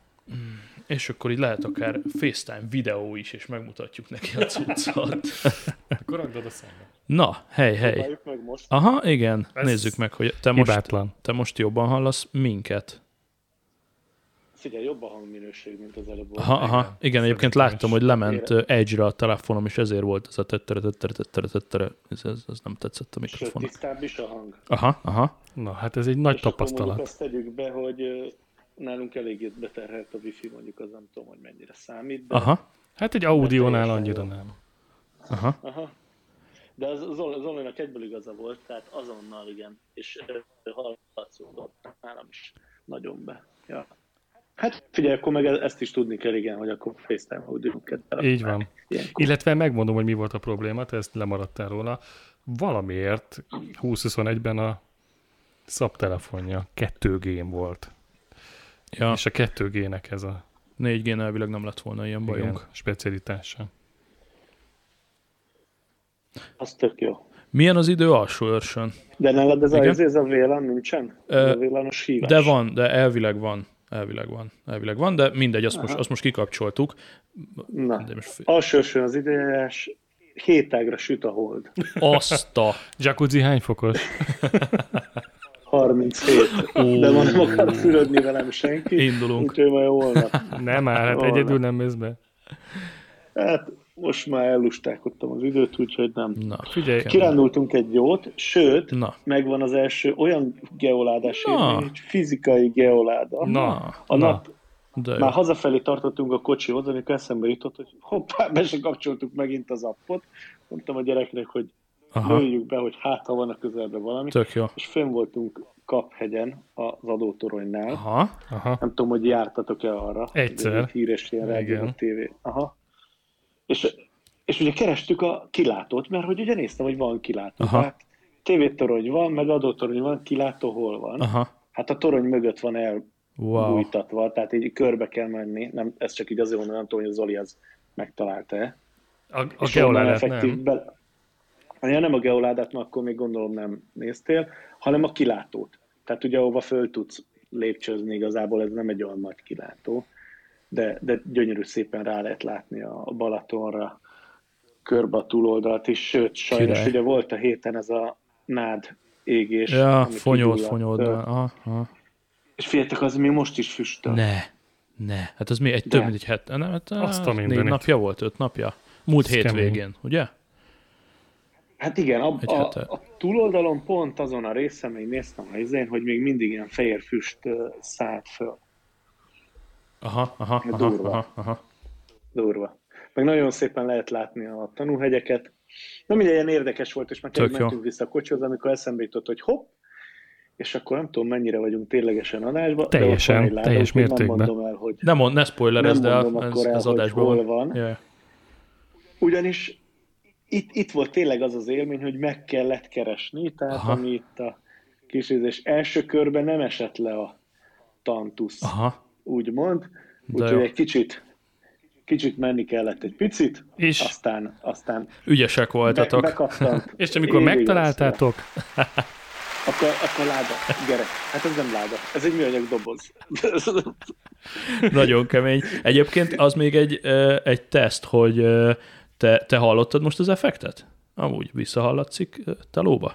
És akkor így lehet akár FaceTime videó is, és megmutatjuk neki a cuccot. Akkor rakd a szembe. Na, hely, hely. Próbáljuk meg most. Aha, igen. Ez Nézzük meg, hogy te most, Hibátlan. te most jobban hallasz minket. Figyelj, jobb a hangminőség, mint az előbb volt. Aha, aha. Igen, Szerintem egyébként láttam, is. hogy lement ö, Edge-re a telefonom, és ezért volt ez a tettere, tettere, tettere, tettere. Ez, ez, ez nem tetszett a Sőt, mikrofonnak. tisztább is a hang. Aha, aha. Na, hát ez egy nagy És akkor mondjuk tapasztalat. azt tegyük be, hogy ö, nálunk eléggé beterhelt a Wi-Fi, mondjuk az nem tudom, hogy mennyire számít. De, Aha, Hát egy audiónál teljesen annyira jó. nem. aha. Aha. De az Zol- Zolinak egyből igaza volt, tehát azonnal igen. És ö, hallatszott nálam is nagyon be. Ja. Hát figyelj, akkor meg ezt is tudni kell, igen, hogy akkor FaceTime audio-t kell. Így van. Ilyenkor. Illetve megmondom, hogy mi volt a probléma, te ezt lemaradtál róla. Valamiért húsz-huszonegyben a szabtelefonja kettő G-n volt. Ja, És a kettő G-nek ez a négy G-n elvileg nem lett volna ilyen igen, bajunk. specialitása. Az tök jó. Milyen az idő alsó őrsön? De nálad ez a, Igen? ez, ez a vé el á en nincsen? Ez Ö, a vé el á-nos hívás? De van, de elvileg van. Elvileg van. Elvileg van, de mindegy, azt, most, azt most kikapcsoltuk. Na, De most alsósön az időjárás, hétágra süt a hold. azt a... Jacuzzi hány fokos? harminchét. De ma nem akar fürödni velem senki. Indulunk. Úgyhogy majd holnap. Nem már, hát Holnap. egyedül nem mész be. Hát most már ellustákodtam az időt, úgyhogy nem. Na, Figyelj, kemény. Kirándultunk egy jót, sőt, Na. megvan az első olyan geoládás Na. élmény, hogy fizikai geoláda. Na, A na. nap, De jó. már hazafelé tartottunk a kocsihoz, amikor eszembe jutott, hogy hoppá, be se kapcsoltuk megint az appot. Mondtam a gyereknek, hogy Aha, lőjük be, hogy hát, ha van a közelben valami. tök jó. És fönn voltunk Kaphegyen, az adótoronynál. Aha, Aha. Nem tudom, hogy jártatok-e arra. Egyszer. Ez egy híres ilyen rádió Igen. tévé. Aha. És, és ugye kerestük a kilátót, mert hogy ugye néztem, hogy van kilátó. Aha. Hát tévétorony van, meg adótorony van, kilátó hol van. aha. Hát a torony mögött van Wow. elbújtatva, tehát így körbe kell menni. Nem, ez csak így azért mondom, nem tudom, hogy a Zoli az megtalálta-e. A, a És onnan geoládát effektív nem. Be... Ja, nem a geoládát, mert akkor még gondolom nem néztél, hanem a kilátót. Tehát ugye ahova föl tudsz lépcsőzni, igazából ez nem egy olyan nagy kilátó, de, de gyönyörű szépen rá lehet látni a Balatonra, körbe a túloldalt is, sőt, sajnos Király. ugye volt a héten ez a nád égés. Ja, ami fonyolt, kigyulladt. fonyolt. Aha, aha. És figyeljetek, az még most is füstöl. Ne, ne. Hát az mi egy De. több, mint egy het. Nem, hát, Azt a négy mindenit. napja volt, öt napja. Múlt Ez hétvégén, ugye? Hát igen, a, Egy a, hete. a túloldalon pont azon a részen még néztem a izén, hogy még mindig ilyen fehér füst ö, szállt föl. Aha, aha, aha, Durva. aha, aha. Durva. Meg nagyon szépen lehet látni a tanúhegyeket. Nem minden ilyen érdekes volt, és már Tök tényleg jó. mentünk vissza a kocsihoz, amikor eszembe jutott, hogy hopp, és akkor nem tudom, mennyire vagyunk ténylegesen adásba. Teljesen, de ott van egy láda, teljes úgyhogy mértékben. Nem mondom el, hogy, Ne, mond, ne spoilerezd, Nem de mondom ez, akkor el, ez hogy adásban hol van. van. Yeah. ugyanis itt, itt volt tényleg az az élmény, hogy meg kellett keresni, tehát Aha. ami itt a kísérlés első körben nem esett le a tantusz, Aha, úgymond, De úgyhogy jó. egy kicsit, kicsit menni kellett egy picit, És, aztán, aztán ügyesek be, voltatok. bekattant. és amikor Én megtaláltátok, Akkor, akkor láda, gyere. Hát ez nem láda, ez egy műanyag doboz. Nagyon kemény. Egyébként az még egy, ö, egy teszt, hogy ö, Te, te hallottad most az effektet? Amúgy visszahallatszik telóba?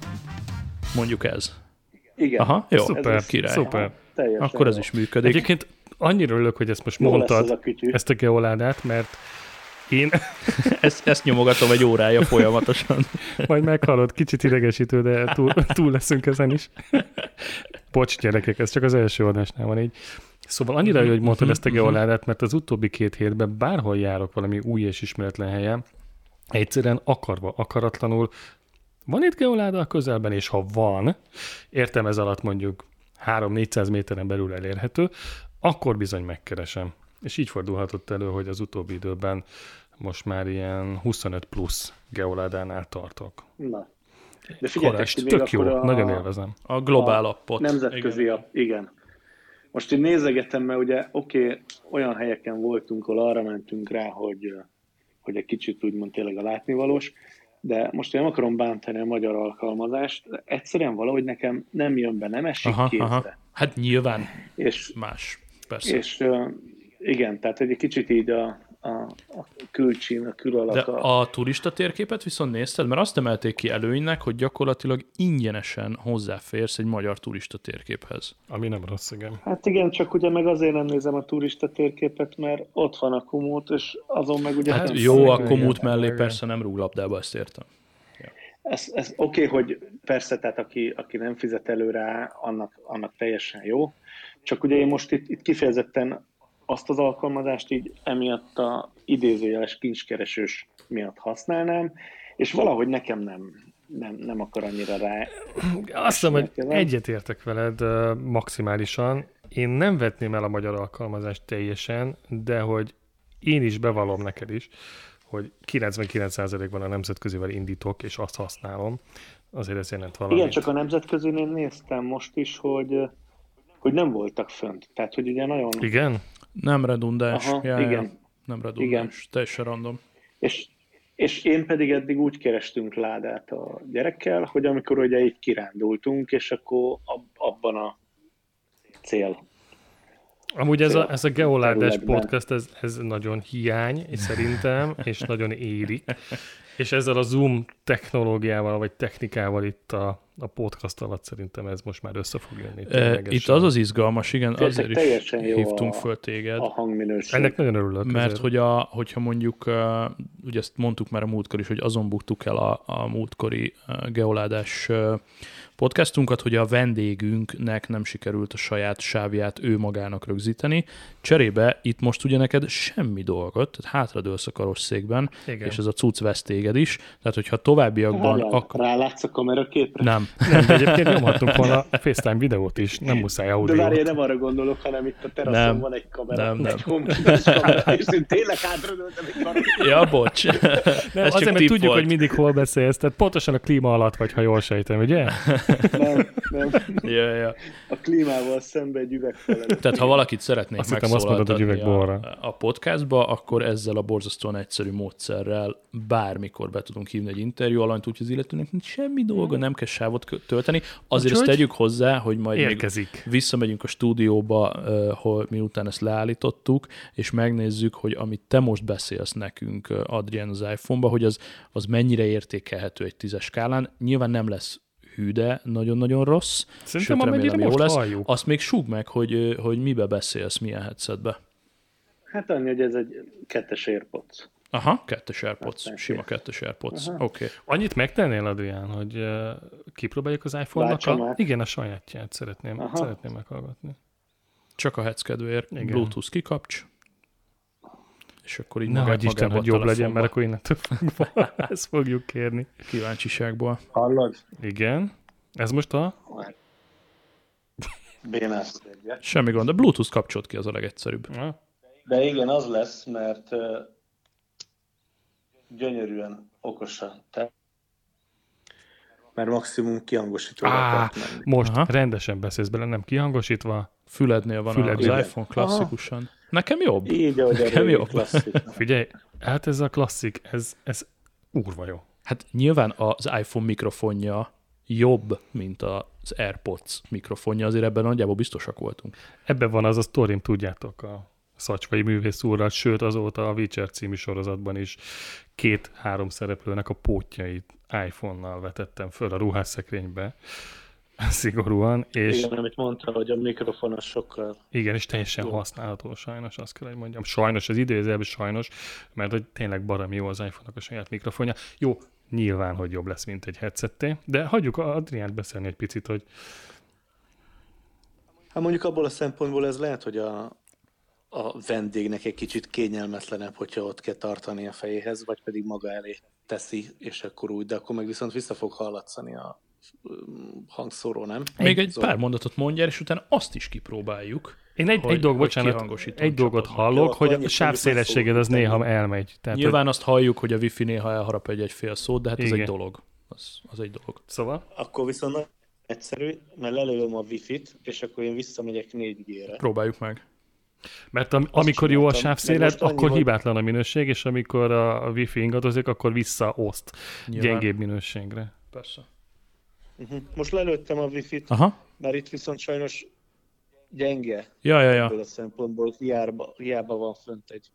Mondjuk ez. Igen. Aha, jó, Szuper, király. szuper. Teljesen Akkor ez jó. is működik. Egyébként annyira örülök, hogy ezt most Jó lesz mondtad, ez a kütyű. ezt a geoládát, mert én Ezt, ezt nyomogatom egy órája folyamatosan. majd meghallod, kicsit idegesítő, de túl, túl leszünk ezen is. Bocs, gyerekek, ez csak az első adásnál van így. Szóval annyira jó, hogy mondtad ezt a geoládát, mert az utóbbi két hétben bárhol járok valami új és ismeretlen helyen, egyszerűen akarva, akaratlanul van itt geoláda a közelben, és ha van, értem ez alatt mondjuk három-négyszáz méteren belül elérhető, akkor bizony megkeresem. És így fordulhatott elő, hogy az utóbbi időben most már ilyen huszonöt plusz geoládánál tartok. Na. De figyeljetek, Korrekt, ti még tök jó, akkor a, nagyon élvezem. A globál a appot. nemzetközi Igen. app, igen. Most én nézegetem, mert ugye oké, okay, olyan helyeken voltunk, ahol arra mentünk rá, hogy, hogy egy kicsit úgymond tényleg a látnivalós, de most én nem akarom bántani a magyar alkalmazást, de egyszerűen valahogy nekem nem jön be, nem esik Aha, kézbe. aha. Hát nyilván És, más, persze. és uh, igen, tehát egy kicsit így a, a, a külcsín, a külalak. De a... a turista térképet viszont nézted, mert azt emelték ki előnynek, hogy gyakorlatilag ingyenesen hozzáférsz egy magyar turista térképhez. Ami nem rossz, igen. Hát igen, csak ugye meg azért nem nézem a turista térképet, mert ott van a komót, és azon meg ugye... Hát nem jó, szól. a komút igen, mellé igen. persze nem rúg labdába, ezt értem. Ez, ez oké, okay, hogy persze, tehát aki, aki nem fizet elő rá, annak, annak teljesen jó. Csak ugye én most itt, itt kifejezetten azt az alkalmazást így emiatt a idézőjeles kincskeresős miatt használnám, és valahogy nekem nem, nem, nem akar annyira rá. Azt hiszem, hogy Nekem. egyetértek veled uh, maximálisan. Én nem vetném el a magyar alkalmazást teljesen, de hogy én is bevallom neked is, hogy kilencvenkilenc százalékban a nemzetközivel indítok, és azt használom. Azért ez jelent valamit. Igen, csak a nemzetközinél néztem most is, hogy, hogy nem voltak fönt. Tehát, hogy ugye nagyon... Igen? Nem redundáns. Aha, ja, igen. Ja, nem redundáns, igen. Teljesen random. És, és én pedig eddig úgy kerestünk ládát a gyerekkel, hogy amikor ugye így kirándultunk, és akkor ab, abban a cél. Amúgy ez a, ez a geoládás területben. podcast, ez, ez nagyon hiány, és szerintem, és nagyon érik. És ezzel a Zoom technológiával, vagy technikával itt a, a podcast alatt szerintem ez most már össze fog jönni. E, itt az az izgalmas, igen, Tényleg azért is teljesen jó hívtunk a- föl téged. A hangminőség. Ennek nagyon örülök. Mert ezért. hogy a, hogyha mondjuk, uh, ugye ezt mondtuk már a múltkor is, hogy azon buktuk el a, a múltkori uh, geoládás uh, podcastunkat, hogy a vendégünknek nem sikerült a saját sávját ő magának rögzíteni. Cserébe itt most ugye neked semmi dolgot, tehát hátradőlsz a karosszékben, Igen. és ez a cucc vesz téged is, tehát hogyha továbbiakban... Rálát, Ak- rálátsz a kameraképre? nem. Nem, de egyébként nyomhatunk volna FaceTime videót is, nem muszáj De audio. várj, én nem arra gondolok, hanem itt a teraszon Nem. van egy kamera, Nem, nem. egy homkinos kamera, és én tényleg hátradőltem egy kamerát. Ja, bocs. Nem, Ez csak azért, mert tipp tudjuk, volt. hogy mindig hol beszélsz, tehát pontosan a klíma alatt vagy, ha jól sejtem, ugye? Nem, nem. Ja, ja. A klímával szembe egy üvegfelel. Tehát ha valakit szeretnék Azt hittem, azt mondod, hogy megszólaltatni üvegborra. a, a podcastba, akkor ezzel a borzasztóan egyszerű módszerrel bármikor be tudunk hívni egy interjú alanyt, úgyhogy az illetőnek nincs semmi dolga, nem kell sávot kö- tölteni. Azért ezt Úgyhogy tegyük hozzá, hogy majd még Érkezik. visszamegyünk a stúdióba, uh, hogy miután ezt leállítottuk, és megnézzük, hogy amit te most beszélsz nekünk, uh, Adrián, az iPhone-ba, hogy az, az mennyire értékelhető egy tízes skálán. Nyilván nem lesz hű, de nagyon-nagyon rossz. Szerintem Sőt, amennyire remélem, jó most lesz. halljuk. Azt még súg meg, hogy, hogy mibe beszélsz, milyen headsetbe. Hát annyi, hogy ez egy kettes AirPods. Aha, kettes AirPods, Aztán sima kész. kettes AirPods. Aha. Oké. Okay. Annyit megtennél, Adrián, hogy uh, kipróbáljuk az iPhone-nak Váltsam a... át. Igen, a sajátját szeretném, Aha. szeretném meghallgatni. Csak a headset kedvéért, Igen. Bluetooth kikapcs, és akkor így Ne magá- hagyj Isten, magába hogy a jobb legyen, mert telefonba. akkor innentől fogva ezt fogjuk kérni. Kíváncsiságból. Hallod? Igen. Ez most a... Bénász egyet. Semmi gond, a Bluetooth kapcsolt ki, az a legegyszerűbb. Na, De igen, az lesz, mert uh, gyönyörűen okosan. Te... Mert maximum kihangosítóval Á, akart menni. most Aha. rendesen beszélsz bele, nem kihangosítva. Fülednél van Fülednél. az iPhone klasszikusan. Nekem jobb. Így, ahogy a Nekem régi jobb. klasszik. Figyelj, hát ez a klasszik, ez, ez úrva jó. Hát nyilván az iPhone mikrofonja jobb, mint az AirPods mikrofonja, azért ebben nagyjából biztosak voltunk. Ebben van az a sztorim, tudjátok, a Szacskai művész úrral, sőt azóta a Witcher című sorozatban is két-három szereplőnek a pótjait iPhone-nal vetettem föl a ruhásszekrénybe, szigorúan, és... Igen, amit mondta, hogy a mikrofon az sokkal... Igen, és teljesen jó. Használható sajnos, azt kell, hogy mondjam. Sajnos, az idézőjelben sajnos, mert hogy tényleg baromi jó az iPhone-nak a saját mikrofonja. Jó, nyilván, hogy jobb lesz, mint egy headsetté, de hagyjuk Adriánt beszélni egy picit, hogy... Hát mondjuk abból a szempontból ez lehet, hogy a, a vendégnek egy kicsit kényelmetlenebb, hogyha ott kell tartani a fejéhez, vagy pedig maga elé teszi, és akkor úgy, de akkor meg viszont vissza fog hallatszani a hangszóró, nem? Még egy pár mondatot mondjál, és utána azt is kipróbáljuk. Én egy, hogy, egy, dolg, bocsánat, egy dolgot hallok, hogy a sávszélességed az néha elmegy. Tehát, nyilván hogy... azt halljuk, hogy a wifi néha elharap egy-egy fél szót, de hát ez igen. egy dolog. Az, az egy dolog. Szóval? Akkor viszont egyszerű, mert lelőlöm a wifi-t, és akkor én visszamegyek négy G-re. Próbáljuk meg. Mert am, amikor jó a sávszéled, akkor annyi, hibátlan a minőség, és amikor a, a wifi ingadozik, akkor visszaoszt nyilván. Gyengébb minőségre. Persze. Uh-huh. Most lelőttem a wifi-t, aha. mert itt viszont sajnos gyenge. Ja, ja, ja. Ebből a szempontból hiába, hiába van fönt egy,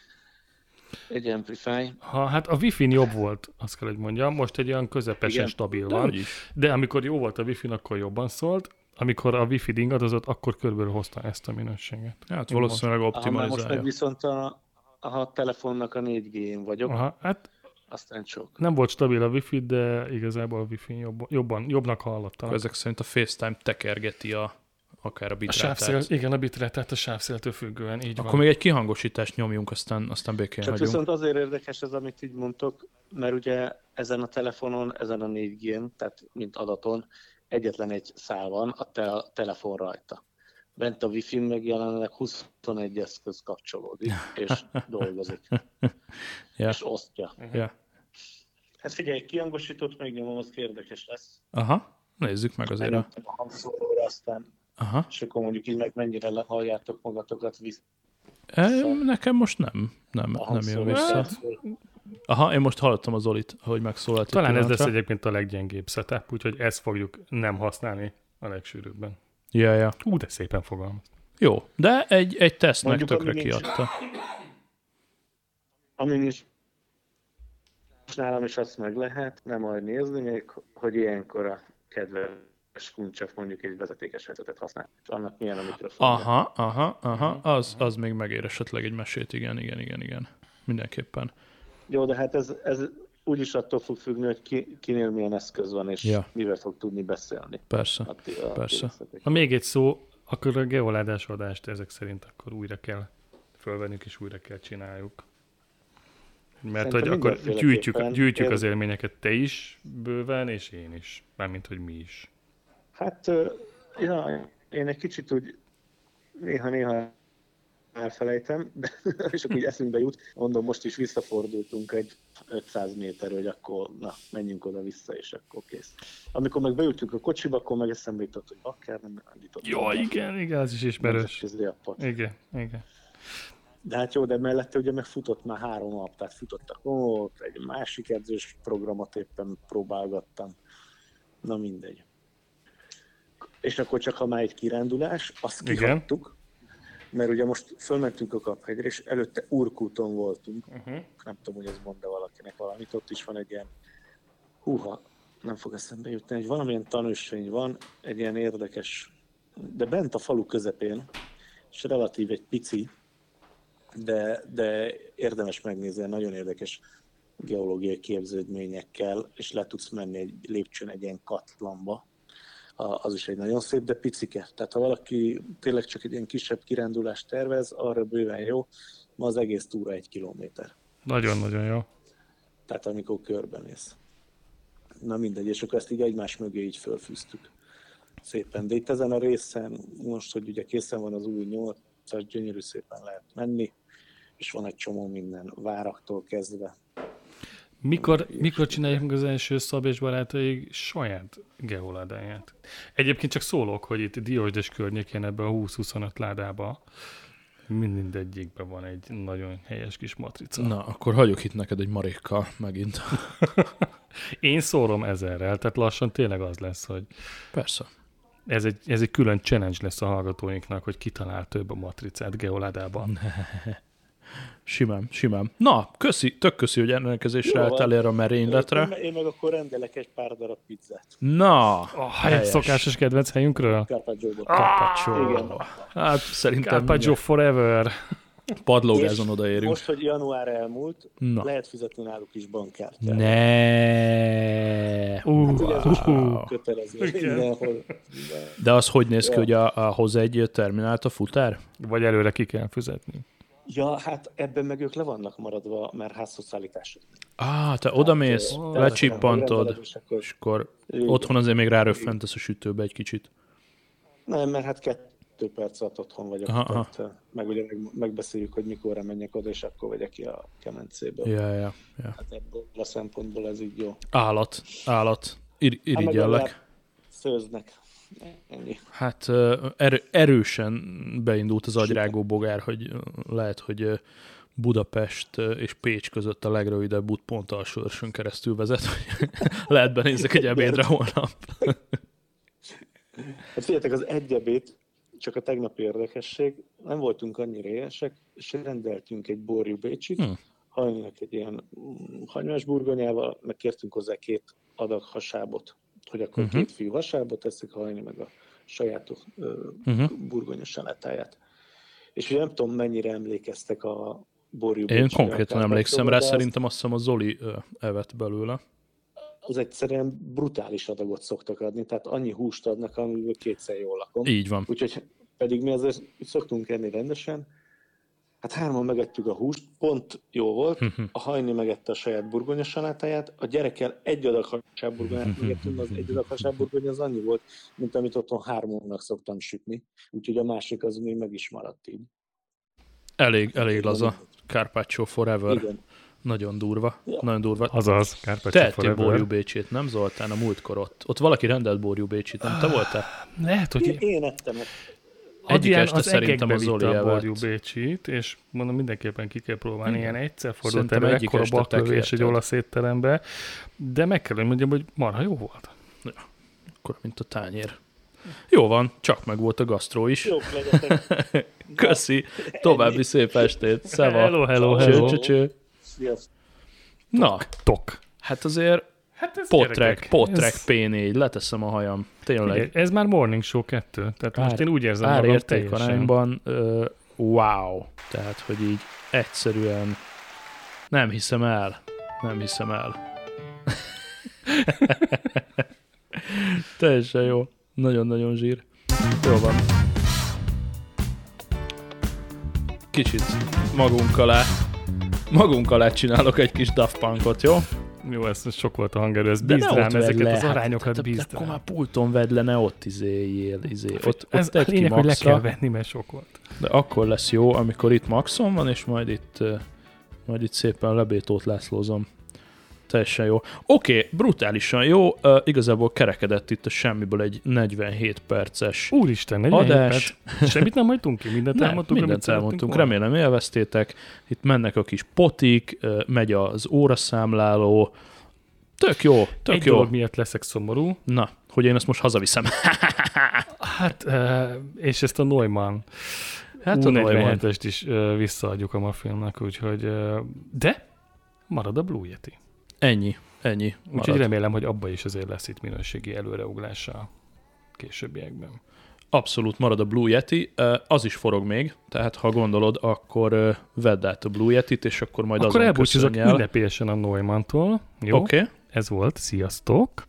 egy amplify. Ha, hát a wifi-n jobb volt, azt kell, hogy mondjam. Most egy olyan közepesen igen. stabil van. De, de amikor jó volt a wifi-n, akkor jobban szólt. Amikor a wifi ingadozott, akkor körülbelül hozta ezt a minőséget. Hát valószínűleg optimalizálja. Aha, most meg viszont a, a telefonnak a négy G-n vagyok. Aha, hát aztán sok. Nem volt stabil a wifi, de igazából a wifi jobb, jobban, jobbnak hallottam. Ezek szerint a FaceTime tekergeti a, akár a bitrátát. A sávszél, igen, a bitrátát a sávszéltől függően, így Akkor van. még egy kihangosítást nyomjunk, aztán, aztán békén Csak hagyunk. viszont azért érdekes ez, amit így mondtok, mert ugye ezen a telefonon, ezen a négy G-n, tehát mint adaton, egyetlen egy szál van, a, te- a telefon rajta. Bent a Wi-Fi meg jelenleg huszonegy eszköz kapcsolódik, és dolgozik. yeah. És osztja. Yeah. Hát figyelj, kihangosítót megnyomom, az érdekes lesz. Aha, nézzük meg azért. A... a hangszóróra, aztán aha. és akkor mondjuk így meg mennyire halljátok magatokat vissza. E, nekem most nem, nem, nem jön vissza. Aha, én most hallottam az Zolit, ahogy megszólalt. Talán ez lesz egyébként a leggyengébb setup, úgyhogy ezt fogjuk nem használni a legsűrűbben. Ja, ja. Ú, de szépen fogalmaz. Jó, de egy, egy tesztnek mondjuk, tökre kiadta. Amin is nálam is azt meg lehet, nem majd nézni még, hogy ilyenkor a kedves kuncsak mondjuk egy vezetékes headsetet használ. És annak milyen a mikrofon. Aha, aha, aha, az, az még megér esetleg egy mesét, igen, igen, igen, igen. Mindenképpen. Jó, de hát ez, ez úgyis attól fog függni, hogy ki, kinél milyen eszköz van, és ja. mivel fog tudni beszélni. Persze, a, a persze. Ha még egy szó, akkor a geoládás adást ezek szerint akkor újra kell fölvennünk, és újra kell csináljuk. Mert hogy akkor gyűjtjük, gyűjtjük az élményeket te is bőven, és én is. Mármint, hogy mi is. Hát, ja, én egy kicsit úgy néha-néha elfelejtem, de, és akkor úgy eszünkbe jut. Mondom, most is visszafordultunk egy ötszáz méter, hogy akkor na, menjünk oda-vissza, és akkor kész. Amikor meg bejutjuk a kocsiba, akkor meg eszembe jutott, hogy bakker, nem állított. Jó, igen, igen, az is ismerős. Igen, igen. De hát jó, de mellette ugye meg futott már három nap, tehát futottak ott, egy másik edzős programot éppen próbálgattam. Na mindegy. És akkor csak ha már egy kirándulás, azt kihagytuk, mert ugye most fölmentünk a Kaphegyre, és előtte Urkúton voltunk. Uh-huh. Nem tudom, hogy ez mond-e valakinek valamit, ott is van egy ilyen, húha, nem fog eszembe jutni, hogy valamilyen tanúsvény van, egy ilyen érdekes, de bent a falu közepén, és relatív egy pici, de, de érdemes megnézni, nagyon érdekes geológiai képződményekkel, és le tudsz menni egy lépcsőn egy ilyen katlanba. Az is egy nagyon szép, de picike. Tehát ha valaki tényleg csak egy ilyen kisebb kirándulást tervez, arra bőven jó, ma az egész túra egy kilométer. Nagyon-nagyon jó. Tehát amikor körbenéz. Na mindegy, és akkor ezt így egymás mögé így fölfűztük. Szépen. De itt ezen a részen, most, hogy ugye készen van az új nyolcas, gyönyörű szépen lehet menni, és van egy csomó minden, váraktól kezdve. Mikor, mikor csináljuk meg az első Szab és barátaik saját geoládáját? Egyébként csak szólok, hogy itt Diósdes környékén ebben a húsz-huszonöt ládába mindegyikben van egy nagyon helyes kis matrica. Na, akkor hagyjuk itt neked egy marékkal megint. Én szórom ezerrel, tehát lassan tényleg az lesz, hogy... Persze. Ez egy, ez egy külön challenge lesz a hallgatóinknak, hogy kitalál több a matricát geoládában. Simán, simán. Na, köszi, tök köszi, hogy rendelkezésre álltál erre a merényletre. Én, én meg akkor rendelek egy pár darab pizzát. Na, A helyes szokásos kedvenc helyünkről? Carpaccio-ból. Carpaccio. Igen. Hát szerintem Carpaccio forever. padlógázon És odaérünk. most, hogy január elmúlt, Na. lehet fizetni náluk is bankkártyával. Ne. Uh, Hát ugye ez most uh, kötelező Igen. mindenhol. De az hogy néz ki, Ja. hogy a, a, hoz egy terminált a futár? Vagy előre ki kell fizetni. Ja, hát ebben meg ők le vannak maradva, mert házhoz szállítások. Á, te oda mész, Tehát, lecsippantod, rendeled, és akkor- és akkor Igen. otthon azért még ráröffentesz a sütőbe egy kicsit. Nem, mert hát kettő perc alatt otthon vagyok. Aha, Tehát, uh, meg ugye meg, megbeszéljük, hogy mikorra menjek oda, és akkor vegyek ki a kemencéből. Ja, ja, ja. Hát ebből a szempontból ez így jó. Állat, állat. Ir- Hát meg irigyellek. legalább Szőznek. Ennyi. Hát ö, erő, erősen beindult az agyrágó bogár, hogy ö, lehet, hogy ö, Budapest ö, és Pécs között a legrövidebb út pont a Sörsön keresztül vezet, hogy lehet benézzek egy ebédre holnap. Hát figyeljetek, az egy ebéd, csak a tegnapi érdekesség, nem voltunk annyira éhesek, és rendeltünk egy borjú bécsit, Hmm. hajnalnak egy ilyen mm, hagymás burgonyával, meg kértünk hozzá két adag hasábot, hogy akkor Mhm. uh-huh. két fiú hasábot teszik, hajni meg a saját uh, Uh-huh. burgonya salátáját. És ugye nem tudom, mennyire emlékeztek a borjú Én bécsire, konkrétan akár emlékszem rá, de az- szerintem azt hiszem a Zoli ö, evett belőle. Az egyszerűen brutális adagot szoktak adni, tehát annyi húst adnak, amiből kétszer jól lakom. Így van. Úgyhogy pedig mi azért szoktunk enni rendesen. Hát hárman megettük a húst, pont jó volt. A hajni megette a saját burgonya salátáját, a gyerekkel egy adag hasábburgonyát megettünk, az egy adag hasábburgonya az annyi volt, mint amit otthon háromnak szoktam sütni. Úgyhogy a másik az még meg is maradt így. Elég, elég laza. Carpaccio forever. Igen. Nagyon durva. Ja. Nagyon durva. Azaz, Carpaccio Te ettél forever. borjú bécsét, nem Zoltán, a múltkor ott? Ott valaki rendelt borjú bécsét, nem te voltál? Lehet, hogy Én, én ettem. Egyik Adrián este az szerintem egekbe a vitte Zoli a borjú evett. bécsit, és mondom, mindenképpen ki kell próbálni. Ilyen egyszer fordult Szerintem elő, egyik ekkora este baklövés egy tekérted. olasz étterembe, de meg kell, hogy mondjam, hogy marha jó volt. Akkor, mint a tányér. Jó van, csak meg volt a gasztró is. Jók legyetek. Köszi, további szép estét. Szeva. Hello, hello, Cső, hello. cső, cső. Sziasztok. Na, Tok. hát azért Hát ez potrek, gyerekek, potrek ez- pé négy, leteszem a hajam. Tényleg. Figyelj, Ez már Morning Show kettő, tehát most én úgy érzem ár magam érték teljesen. arányban, uh, wow. Tehát, hogy így egyszerűen nem hiszem el. Nem hiszem el. Teljesen jó. Nagyon-nagyon zsír. Jó van. Kicsit magunk alá magunk alá csinálok egy kis Daft Punkot, jó? Jó, ez sok volt a hangerő, ez De bízd ne rám, ott vedd ezeket le, az hát, arányokat te- te- bízd Akkor már rám. pulton vedd le, ne ott izéljél, izé. Ott, Ez ott a tedd ki lényeg, hogy le maxra, kell venni, mert sok volt. de akkor lesz jó, amikor itt maxon van, és majd itt, uh, majd itt szépen lebétót lászlózom. Teljesen jó. Oké, okay, brutálisan jó. Uh, igazából kerekedett itt a semmiből egy negyvenhét perces Úristen, negyvenhét adás. perc. Semmit nem hagytunk ki? Mindent Nem, elmondtunk, mindent amit szerettünk elmondtunk. volna? Remélem élveztétek. Itt mennek a kis potik, uh, megy az óraszámláló. Tök jó, tök Egy jó. dolog miatt leszek szomorú. Na, hogy én ezt most hazaviszem. Hát, eh, és ezt a Neumann Hát a Neumann. U negyvenhetest is eh, visszaadjuk a filmnek, úgyhogy... eh, De marad a Blue Yeti. Ennyi, ennyi. Úgyhogy marad. remélem, hogy abba is azért lesz itt minőségi előreuglása a későbbiekben. Abszolút marad a Blue Yeti. Ö, Az is forog még, tehát ha gondolod, akkor ö, vedd át a Blue Yetit, és akkor majd Akkor azon elbúcsúzok köszönj el. ünnepélyesen a Neumann-tól. Jó? Oké. Okay. Ez volt. Sziasztok!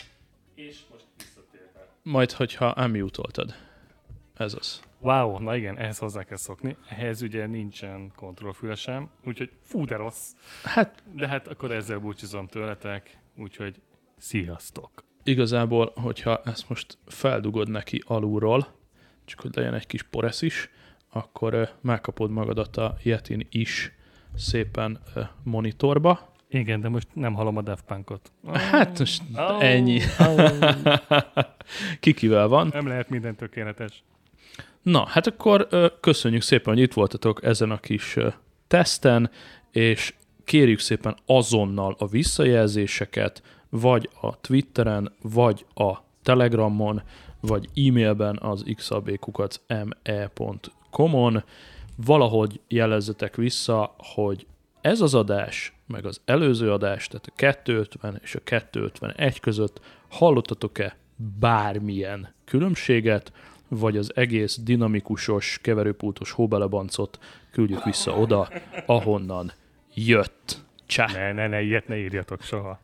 Majd, hogyha unmute-oltad. Ez az. Wow, na igen, ehhez hozzá kell szokni. Ehhez ugye nincsen kontrollfüle sem, úgyhogy fú, de rossz. Hát De hát akkor ezzel búcsúzom tőletek, úgyhogy sziasztok! igazából, hogyha ezt most feldugod neki alulról, csak hogy legyen egy kis poresz is, akkor ö, megkapod magadat a Yetin is szépen ö, monitorba. Igen, de most nem hallom a Daft Punkot. Hát most Au, ennyi. au. Kikivel van? Nem lehet minden tökéletes. Na, hát akkor ö, köszönjük szépen, hogy itt voltatok ezen a kis ö, teszten, és kérjük szépen azonnal a visszajelzéseket, vagy a Twitteren, vagy a Telegramon, vagy e-mailben az x a b kukac m e pont com-on. Valahogy jelezzetek vissza, hogy ez az adás, meg az előző adás, tehát a kétszázötven és a kétszázötvenegy között hallottatok-e bármilyen különbséget, vagy az egész dinamikusos, keverőpultos hóbelebancot küldjük vissza oda, ahonnan jött. Csá! Ne, ne, ne, ilyet ne írjatok soha.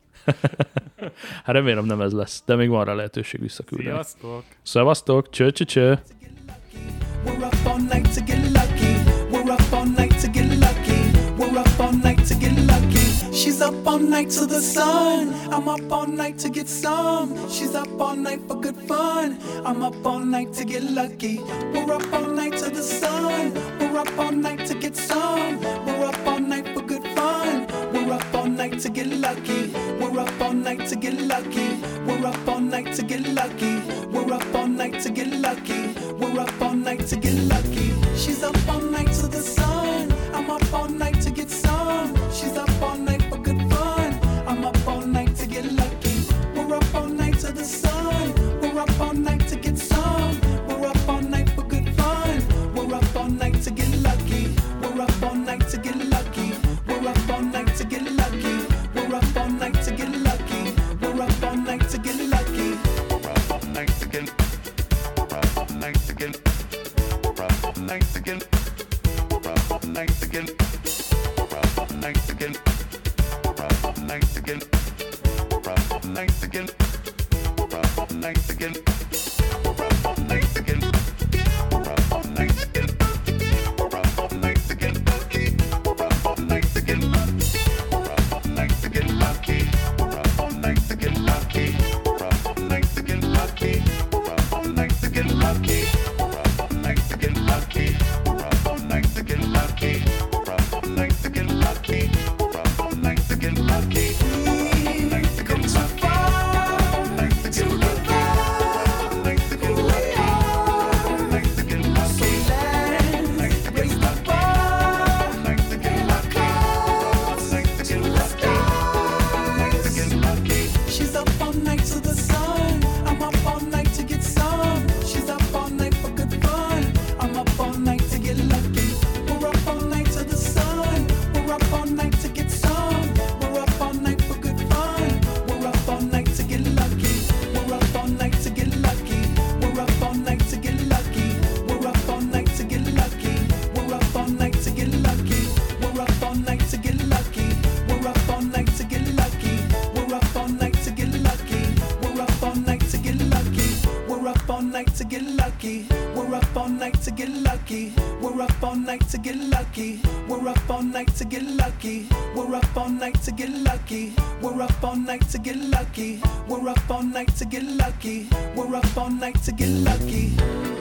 Hát remélem nem ez lesz, de még van rá lehetőség visszaküldeni. Sziasztok! Szevasztok, cső, cső, cső! We're up all night to get lucky. We're up all night to get lucky. We're up all night to get lucky. She's up all night to the sun. I'm up all night to get some. She's up all night for good fun. I'm up all night to get lucky. We're up all night to the sun. We're up all night to get some. We're up all night for good fun. We're up all night to get lucky. We're up all night to get lucky. We're up all night to get lucky. We're up all night to get lucky. We're up all night to get lucky. She's up all night to the sun. I'm up all night to get some. She's up all night for good fun. I'm up all night to get lucky. We're up all night to the sun. We're up all night to get some. We're up all night for good fun. We're up all night to get lucky. We're up all night to get lucky. We're up all night to get lucky. We're up all night to get lucky. We're up all night to get lucky. We're up all night to get. We're up all night to get. We're up all night to get. We're up all night to get. We're up all night to get. We're up all night to get. We're up all night to get. We're up all night to get. We're up all night to get. We're up all night to get. We're up all night to get. We're up all night to get. We're up all night to get lucky. We're up all night to get lucky. We're up all night to get lucky. We're up all night to get lucky. We're up all night to get lucky. We're up all night to get lucky. We're up all night to get lucky. We're up all night to get lucky. We've come too far to look back. Here we are. So let's raise the bar and our clouds to the skies. She's up all night to the sun. I'm up all night to get some. She's up all night for good fun. I'm up all night to get lucky. We're up all night to the sun. We're up all night to get some. We're up all night for good fun. We're up all night to get lucky. We're up all night to get lucky. We're up all night to get lucky. We're up all night to get lucky. We're up all night to get lucky. We're up all night to get lucky. We're up all night to get lucky. We're up all night to get lucky. We're up all night to get lucky. We're up all night to get lucky. We're up all night to get lucky. We're up all night to get lucky. We're up all night to get lucky. We're up all night to get lucky. We're up all night to get lucky. We're up all night to get lucky. We're up all night to get lucky.